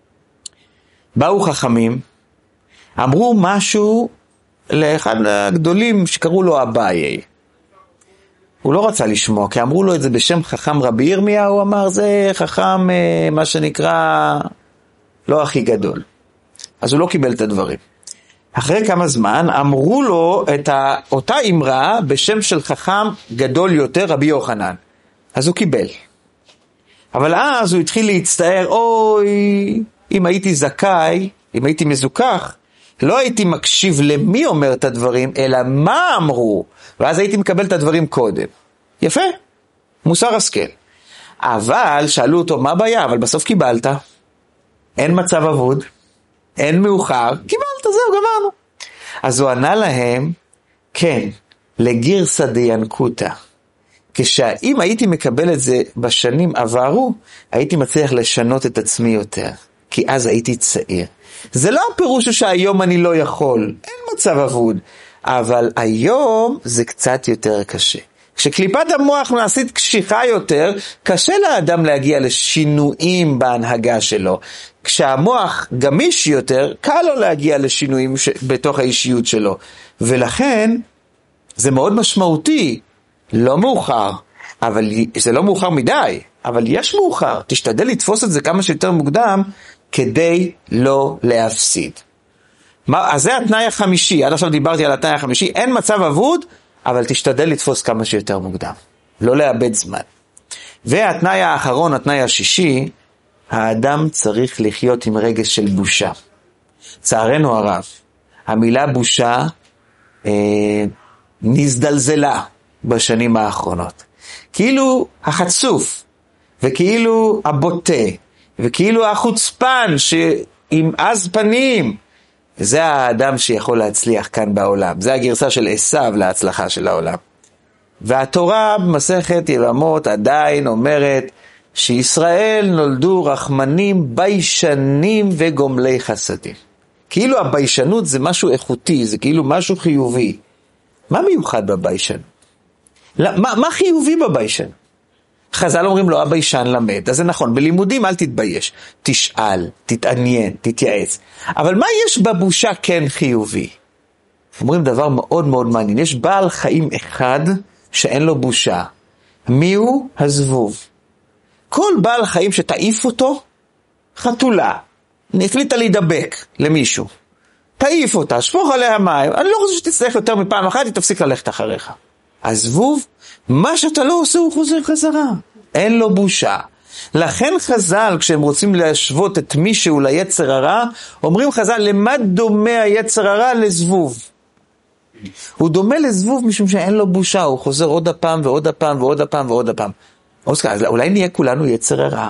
באו חכמים, אמרו משהו לאחד הגדולים שקראו לו אביי. הוא לא רצה לשמוע, כי אמרו לו את זה בשם חכם רבי ירמיה, הוא אמר זה חכם מה שנקרא לא הכי גדול. אז הוא לא קיבל את הדברים. אחרי כמה זמן אמרו לו את אותה אמרה בשם של חכם גדול יותר, רבי יוחנן. אז הוא קיבל. אבל אז הוא התחיל להצטער, אוי, אם הייתי זכאי, אם הייתי מזוכח, לא הייתי מקשיב למי אומר את הדברים, אלא מה אמרו, ואז הייתי מקבל את הדברים קודם. יפה, מוסר השכל. אבל שאלו אותו, מה הבעיה? אבל בסוף קיבלת. אין מצב אבוד, אין מאוחר, קיבלת, זהו, גמרנו. אז הוא ענה להם, כן, לגירסא דיינקותא. כשאם הייתי מקבל את זה בשנים עברו, הייתי מצליח לשנות את עצמי יותר. כי אז הייתי צעיר. זה לא הפירוש שהיום אני לא יכול, אין מצב אבוד, אבל היום זה קצת יותר קשה. כשקליפת המוח נעשית קשיחה יותר, קשה לאדם להגיע לשינויים בהנהגה שלו. כשהמוח גמיש יותר, קל לו להגיע לשינויים בתוך האישיות שלו. ולכן, זה מאוד משמעותי, לא מאוחר, אבל זה לא מאוחר מדי, אבל יש מאוחר. תשתדל לתפוס את זה כמה שיותר מוקדם, כדי לא להפסיד. אז זה התנאי החמישי, עד עכשיו דיברתי על התנאי החמישי, אין מצב אבוד, אבל תשתדל לתפוס כמה שיותר מוקדם, לא לאבד זמן. והתנאי האחרון, התנאי השישי, האדם צריך לחיות עם רגש של בושה. צערנו הרב, המילה בושה נזדלזלה בשנים האחרונות. כאילו החצוף, וכאילו הבוטה, וכאילו החוצפן שעם עז פנים, זה האדם שיכול להצליח כאן בעולם. זה הגרסה של עשיו להצלחה של העולם. והתורה במסכת יבמות עדיין אומרת שישראל נולדו רחמנים, ביישנים וגומלי חסדים. כאילו הביישנות זה משהו איכותי, זה כאילו משהו חיובי. מה מיוחד בביישנות? מה חיובי בביישנות? חז"ל אומרים לו, הביישן למד. אז זה נכון, בלימודים אל תתבייש. תשאל, תתעניין, תתייעץ. אבל מה יש בבושה כן חיובי? אומרים דבר מאוד מאוד מעניין. יש בעל חיים אחד שאין לו בושה. מי הוא? הזבוב. כל בעל חיים שתעיף אותו, חתולה, החליטה להידבק למישהו. תעיף אותה, שפוך עליה מים. אני לא רוצה שתצטרך יותר מפעם אחת, היא תפסיק ללכת אחריך. הזבוב, מה שאתה לא עושה הוא חוזר חזרה. אין לו בושה. לכן חז"ל, כשהם רוצים להשוות את מישהו ליצר הרע, אומרים חז"ל, למה דומה היצר הרע? לזבוב. הוא דומה לזבוב משום שאין לו בושה, הוא חוזר עוד הפעם ועוד הפעם ועוד הפעם ועוד הפעם. אז אולי נהיה כולנו יצר הרע.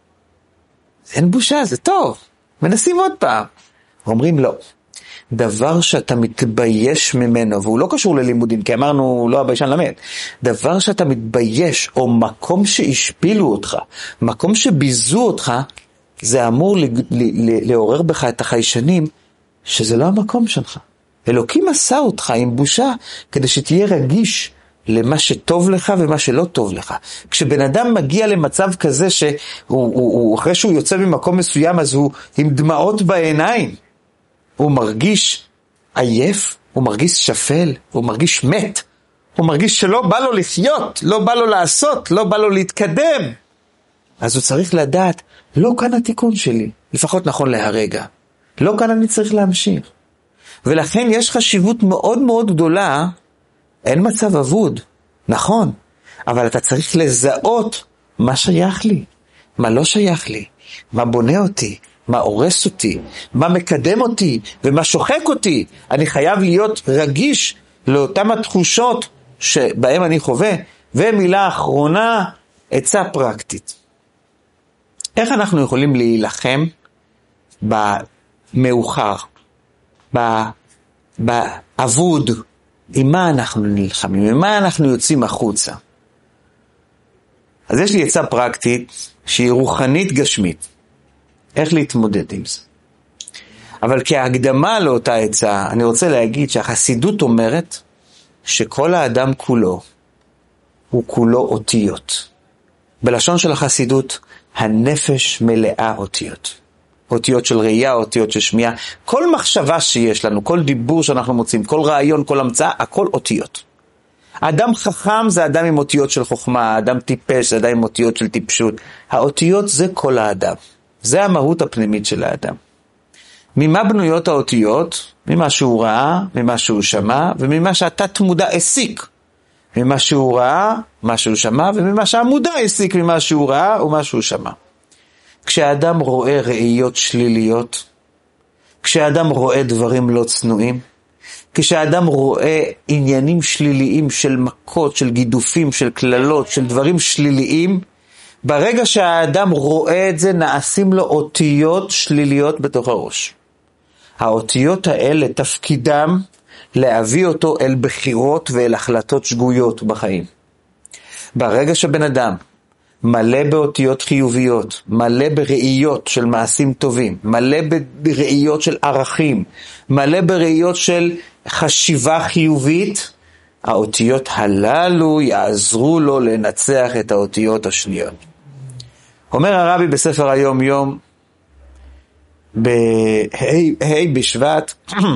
אין בושה, זה טוב. מנסים עוד פעם. אומרים לא. דבר שאתה מתבייש ממנו, והוא לא קשור ללימודים, כי אמרנו לא הביישן למד. דבר שאתה מתבייש, או מקום שהשפילו אותך, מקום שביזו אותך, זה אמור לעורר בך את החיישנים, שזה לא המקום שלך. אלוקים עשה אותך עם בושה, כדי שתהיה רגיש למה שטוב לך ומה שלא טוב לך. כשבן אדם מגיע למצב כזה שהוא אחרי שהוא יוצא ממקום מסוים, אז הוא עם דמעות בעיניים. הוא מרגיש עייף, הוא מרגיש שפל, הוא מרגיש מת. הוא מרגיש שלא בא לו לחיות, לא בא לו לעשות, לא בא לו להתקדם. אז הוא צריך לדעת, לא כאן התיקון שלי, לפחות נכון להרגע. לא כאן אני צריך להמשיך. ולכן יש חשיבות מאוד מאוד גדולה, אין מצב אבוד, נכון, אבל אתה צריך לזהות מה שייך לי, מה לא שייך לי, מה בונה אותי, מה הורס אותי, מה מקדם אותי ומה שוחק אותי. אני חייב להיות רגיש לאותן התחושות שבהם אני חווה. ומילה אחרונה, עצה פרקטית. איך אנחנו יכולים להילחם במאוחר, באבוד? עם מה אנחנו נלחמים? עם מה אנחנו יוצאים החוצה? אז יש לי עצה פרקטית שהיא רוחנית גשמית. איך להתמודד עם זה? אבל כהקדמה לאותה עצה, אני רוצה להגיד שהחסידות אומרת שכל האדם כולו הוא כולו אותיות. בלשון של החסידות, הנפש מלאה אותיות. אותיות של ראייה, אותיות של שמיעה. כל מחשבה שיש לנו, כל דיבור שאנחנו מוצאים, כל רעיון, כל המצאה, הכל אותיות. האדם חכם זה אדם עם אותיות של חוכמה, האדם טיפש זה אדם עם אותיות של טיפשות. האותיות זה כל האדם. זה המהות הפנימית של האדם. ממה בנויות האותיות? ממה שהוא ראה, ממה שהוא שמע, וממה שהתת מודע הסיק. ממה שהוא ראה, מה שהוא שמע, וממה שהמודע הסיק ממה שהוא ראה ומה שהוא שמע. כשאדם רואה ראיות שליליות, כשאדם רואה דברים לא צנועים, כשאדם רואה עניינים שליליים של מכות, של גידופים, של כללות, של דברים שליליים, ברגע שהאדם רואה את זה, נעשים לו אותיות שליליות בתוך הראש. האותיות האלה תפקידם להביא אותו אל בחירות ואל החלטות שגויות בחיים. ברגע שבן אדם מלא באותיות חיוביות, מלא בראיות של מעשים טובים, מלא בראיות של ערכים, מלא בראיות של חשיבה חיובית, האותיות הללו יעזרו לו לנצח את האותיות השניות. אומר הרבי בספר היום יום, בה' בשבט,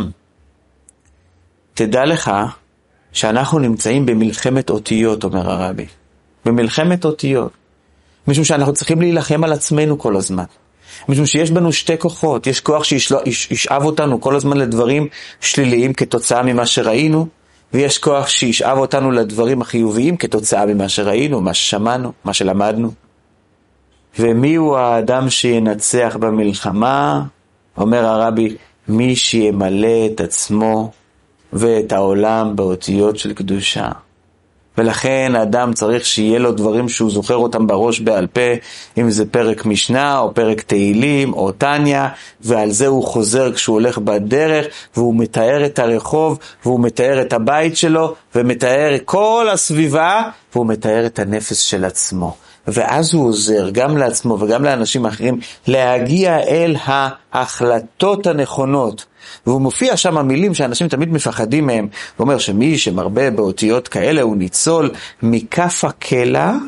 תדע לך שאנחנו נמצאים במלחמת אותיות, אומר הרבי. במלחמת אותיות. משום שאנחנו צריכים להילחם על עצמנו כל הזמן. משום שיש בנו שתי כוחות. יש כוח שישאב אותנו כל הזמן לדברים שליליים כתוצאה ממה שראינו, ויש כוח שישאב אותנו לדברים החיוביים כתוצאה ממה שראינו, מה ששמענו, מה שלמדנו. ומי הוא האדם שינצח במלחמה? אומר הרבי, מי שימלא את עצמו ואת העולם באותיות של קדושה. ולכן האדם צריך שיהיה לו דברים שהוא זוכר אותם בראש בעל פה, אם זה פרק משנה או פרק תהילים או תניה, ועל זה הוא חוזר כשהוא הולך בדרך, והוא מתאר את הרחוב, והוא מתאר את הבית שלו, ומתאר כל הסביבה, והוא מתאר את הנפש של עצמו. ואז הוא עוזר גם לעצמו וגם לאנשים אחרים להגיע אל ההחלטות הנכונות. והוא מופיע שם המילים שאנשים תמיד מפחדים מהם. הוא אומר שמי שמרבה באותיות כאלה הוא ניצול מכף הקלע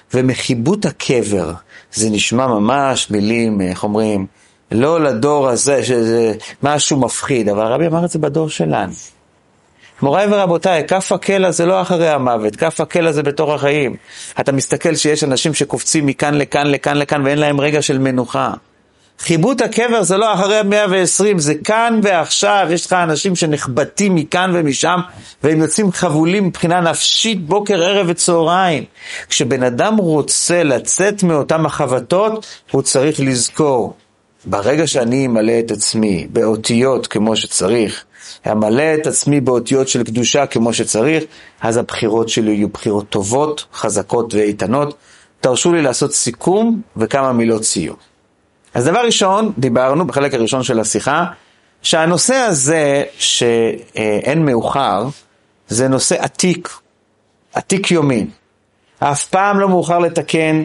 ומחיבות הקבר, זה נשמע ממש מילים, איך אומרים, לא לדור הזה, שזה משהו מפחיד, אבל הרבי אמר את זה בדור שלנו. מוריי ורבותיי, כף הקלע זה לא אחרי המוות, כף הקלע זה בתוך החיים. אתה מסתכל שיש אנשים שקופצים מכאן לכאן, לכאן לכאן, ואין להם רגע של מנוחה. חיבות הקבר זה לא אחרי 120, זה כאן ועכשיו. יש לך אנשים שנחבטים מכאן ומשם, והם יוצאים חבולים מבחינה נפשית בוקר, ערב וצהריים. כשבן אדם רוצה לצאת מאותם החבטות, הוא צריך לזכור, ברגע שאני אמלא את עצמי באותיות כמו שצריך, אמלא את עצמי באותיות של קדושה כמו שצריך, אז הבחירות שלי יהיו בחירות טובות, חזקות ואיתנות. תרשו לי לעשות סיכום וכמה מילות סיום. אז דבר ראשון, דיברנו בחלק הראשון של השיחה, שהנושא הזה שאין מאוחר, זה נושא עתיק, עתיק יומי. אף פעם לא מאוחר לתקן,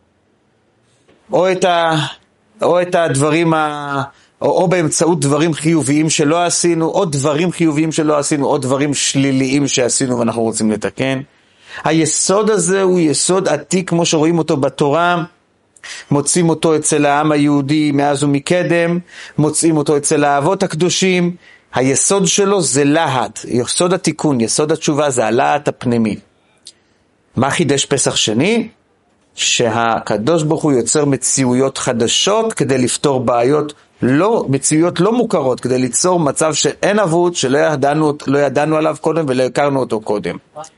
או את הדברים, או באמצעות דברים חיוביים שלא עשינו, או דברים חיוביים שלא עשינו, או דברים שליליים שעשינו ואנחנו רוצים לתקן. היסוד הזה הוא יסוד עתיק כמו שרואים אותו בתורה, מוצאים אותו אצל העם היהודי מאז ומקדם, מוצאים אותו אצל האבות הקדושים. היסוד שלו זה להט, יסוד התיקון, יסוד התשובה זה הלהט הפנימי. מה חידש פסח שני? שהקדוש ברוך הוא יוצר מציאויות חדשות כדי לפתור בעיות, מציאויות לא מוכרות, כדי ליצור מצב שאין אבות, שלא ידענו עליו קודם ולא הכרנו אותו קודם.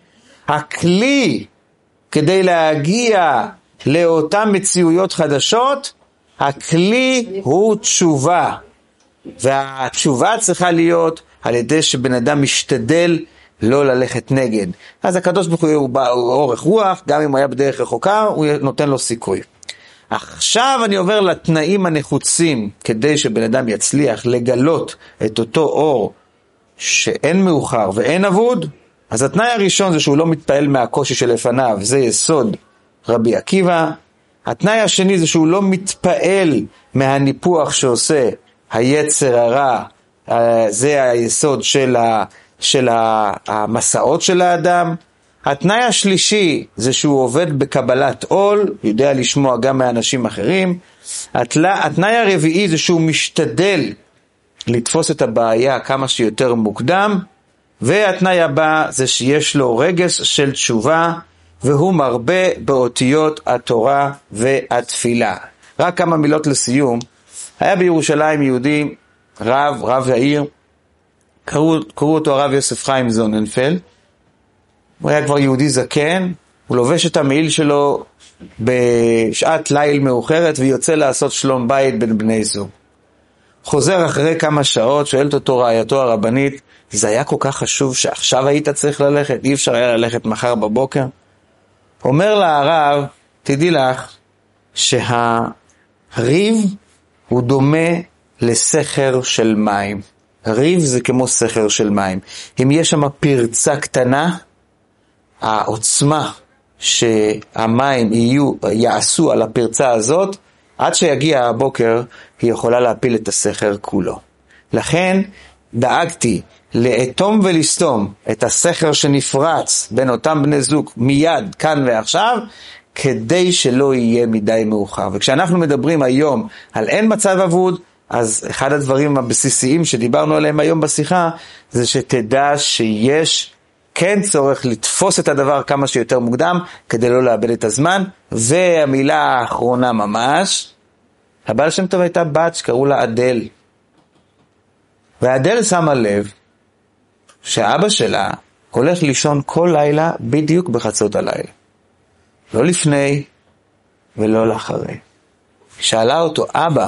הכלי כדי להגיע לאותן מציאויות חדשות, הכלי הוא תשובה. והתשובה צריכה להיות על ידי שבן אדם משתדל לא ללכת נגד. אז הקדוש ברוך הוא אורך רוח, גם אם הוא היה בדרך רחוקה, הוא נותן לו סיכוי. עכשיו אני עובר לתנאים הנחוצים, כדי שבן אדם יצליח לגלות את אותו אור שאין מאוחר ואין אבוד. אז התנאי הראשון זה שהוא לא מתפעל מהקושי שלפניו, זה יסוד רבי עקיבא. התנאי השני זה שהוא לא מתפעל מהניפוח שעושה היצר הרע, זה היסוד של המסעות של האדם. התנאי השלישי זה שהוא עובד בקבלת עול, יודע לשמוע גם מאנשים אחרים. התנאי הרביעי זה שהוא משתדל לתפוס את הבעיה כמה שיותר מוקדם. והתנאי הבא זה שיש לו רגש של תשובה, והוא מרבה באותיות התורה והתפילה. רק כמה מילות לסיום. היה בירושלים יהודי, רב העיר, קראו אותו הרב יוסף חיים זוננפלד. הוא היה כבר יהודי זקן, הוא לובש את המעיל שלו בשעת ליל מאוחרת ויוצא לעשות שלום בית בין בני זוג. חוזר אחרי כמה שעות, שואלת אותו רעייתו הרבנית, זה היה כל כך חשוב שעכשיו היית צריך ללכת, אי אפשר היה ללכת מחר בבוקר? אומר לה הרב, תדעי לך שהריב הוא דומה לסכר של מים. ריב זה כמו סכר של מים. אם יש שם פרצה קטנה, העוצמה שהמים יעשו על הפרצה הזאת, עד שיגיע הבוקר, היא יכולה להפיל את הסכר כולו. לכן דאגתי לאטום ולסתום את הסכר שנפרץ בין אותם בני זוג מיד, כאן ועכשיו, כדי שלא יהיה מדי מאוחר. וכשאנחנו מדברים היום על אין מצב אבוד, אז אחד הדברים הבסיסיים שדיברנו עליהם היום בשיחה, זה שתדע שיש כן צורך לתפוס את הדבר כמה שיותר מוקדם, כדי לא לאבד את הזמן. והמילה האחרונה ממש, הבעל שם טוב הייתה בת שקראו לה אדל. ואדל שמה לב שאבא שלה הולך לישון כל לילה בדיוק בחצות הלילה. לא לפני ולא לאחרי. שאלה אותו, אבא,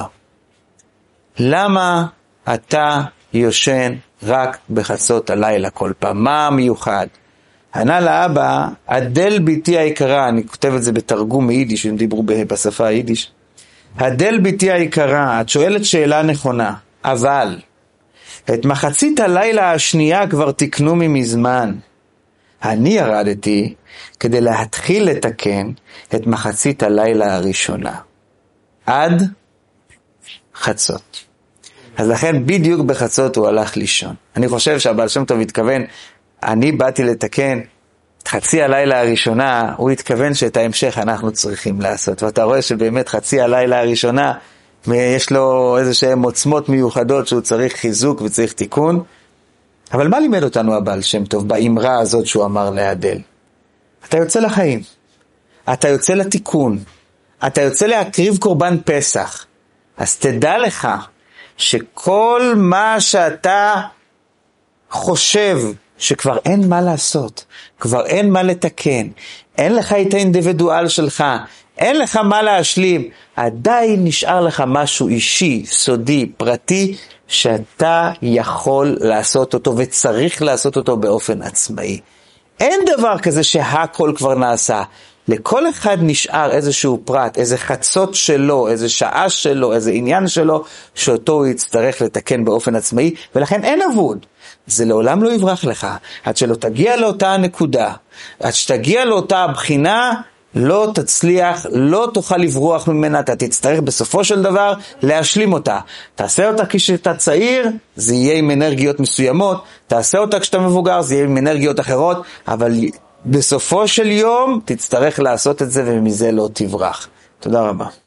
למה אתה יושן רק בחצות הלילה כל פעם? מה מיוחד? ענה לאבא, אדל ביתי היקרה, אני כותב את זה בתרגום מיידיש, הם דיברו בשפה היידיש. אדל ביתי היקרה, את שואלת שאלה נכונה, אבל את מחצית הלילה השנייה כבר תקנו ממזמן. אני ירדתי כדי להתחיל לתקן את מחצית הלילה הראשונה. עד חצות. אז לכן בדיוק בחצות הוא הלך לישון. אני חושב שהבעל שם טוב התכוון, אני באתי לתקן חצי הלילה הראשונה, הוא התכוון שאת ההמשך אנחנו צריכים לעשות. ואתה רואה שבאמת חצי הלילה הראשונה, יש לו איזה שהן עוצמות מיוחדות שהוא צריך חיזוק וצריך תיקון. אבל מה לימד אותנו הבעל שם טוב באמרה הזאת שהוא אמר להדל? אתה יוצא לחיים, אתה יוצא לתיקון, אתה יוצא להקריב קורבן פסח. אז תדע לך שכל מה שאתה חושב שכבר אין מה לעשות, כבר אין מה לתקן, אין לך את האינדיבידואל שלך, אין לך מה להשלים, עדיין נשאר לך משהו אישי, סודי, פרטי, שאתה יכול לעשות אותו וצריך לעשות אותו באופן עצמאי. אין דבר כזה שהכל כבר נעשה. לכל אחד נשאר איזשהו פרט, איזה חצות שלו, איזה שעה שלו, איזה עניין שלו, שאותו הוא יצטרך לתקן באופן עצמאי, ולכן אין אבוד. זה לעולם לא יברח לך. עד שלא תגיע לאותה הנקודה, עד שתגיע לאותה הבחינה, לא תצליח, לא תוכל לברוח ממנה, אתה תצטרך בסופו של דבר להשלים אותה. תעשה אותה כשאתה צעיר, זה יהיה עם אנרגיות מסוימות, תעשה אותה כשאתה מבוגר, זה יהיה עם אנרגיות אחרות, אבל בסופו של יום תצטרך לעשות את זה ומזה לא תברח. תודה רבה.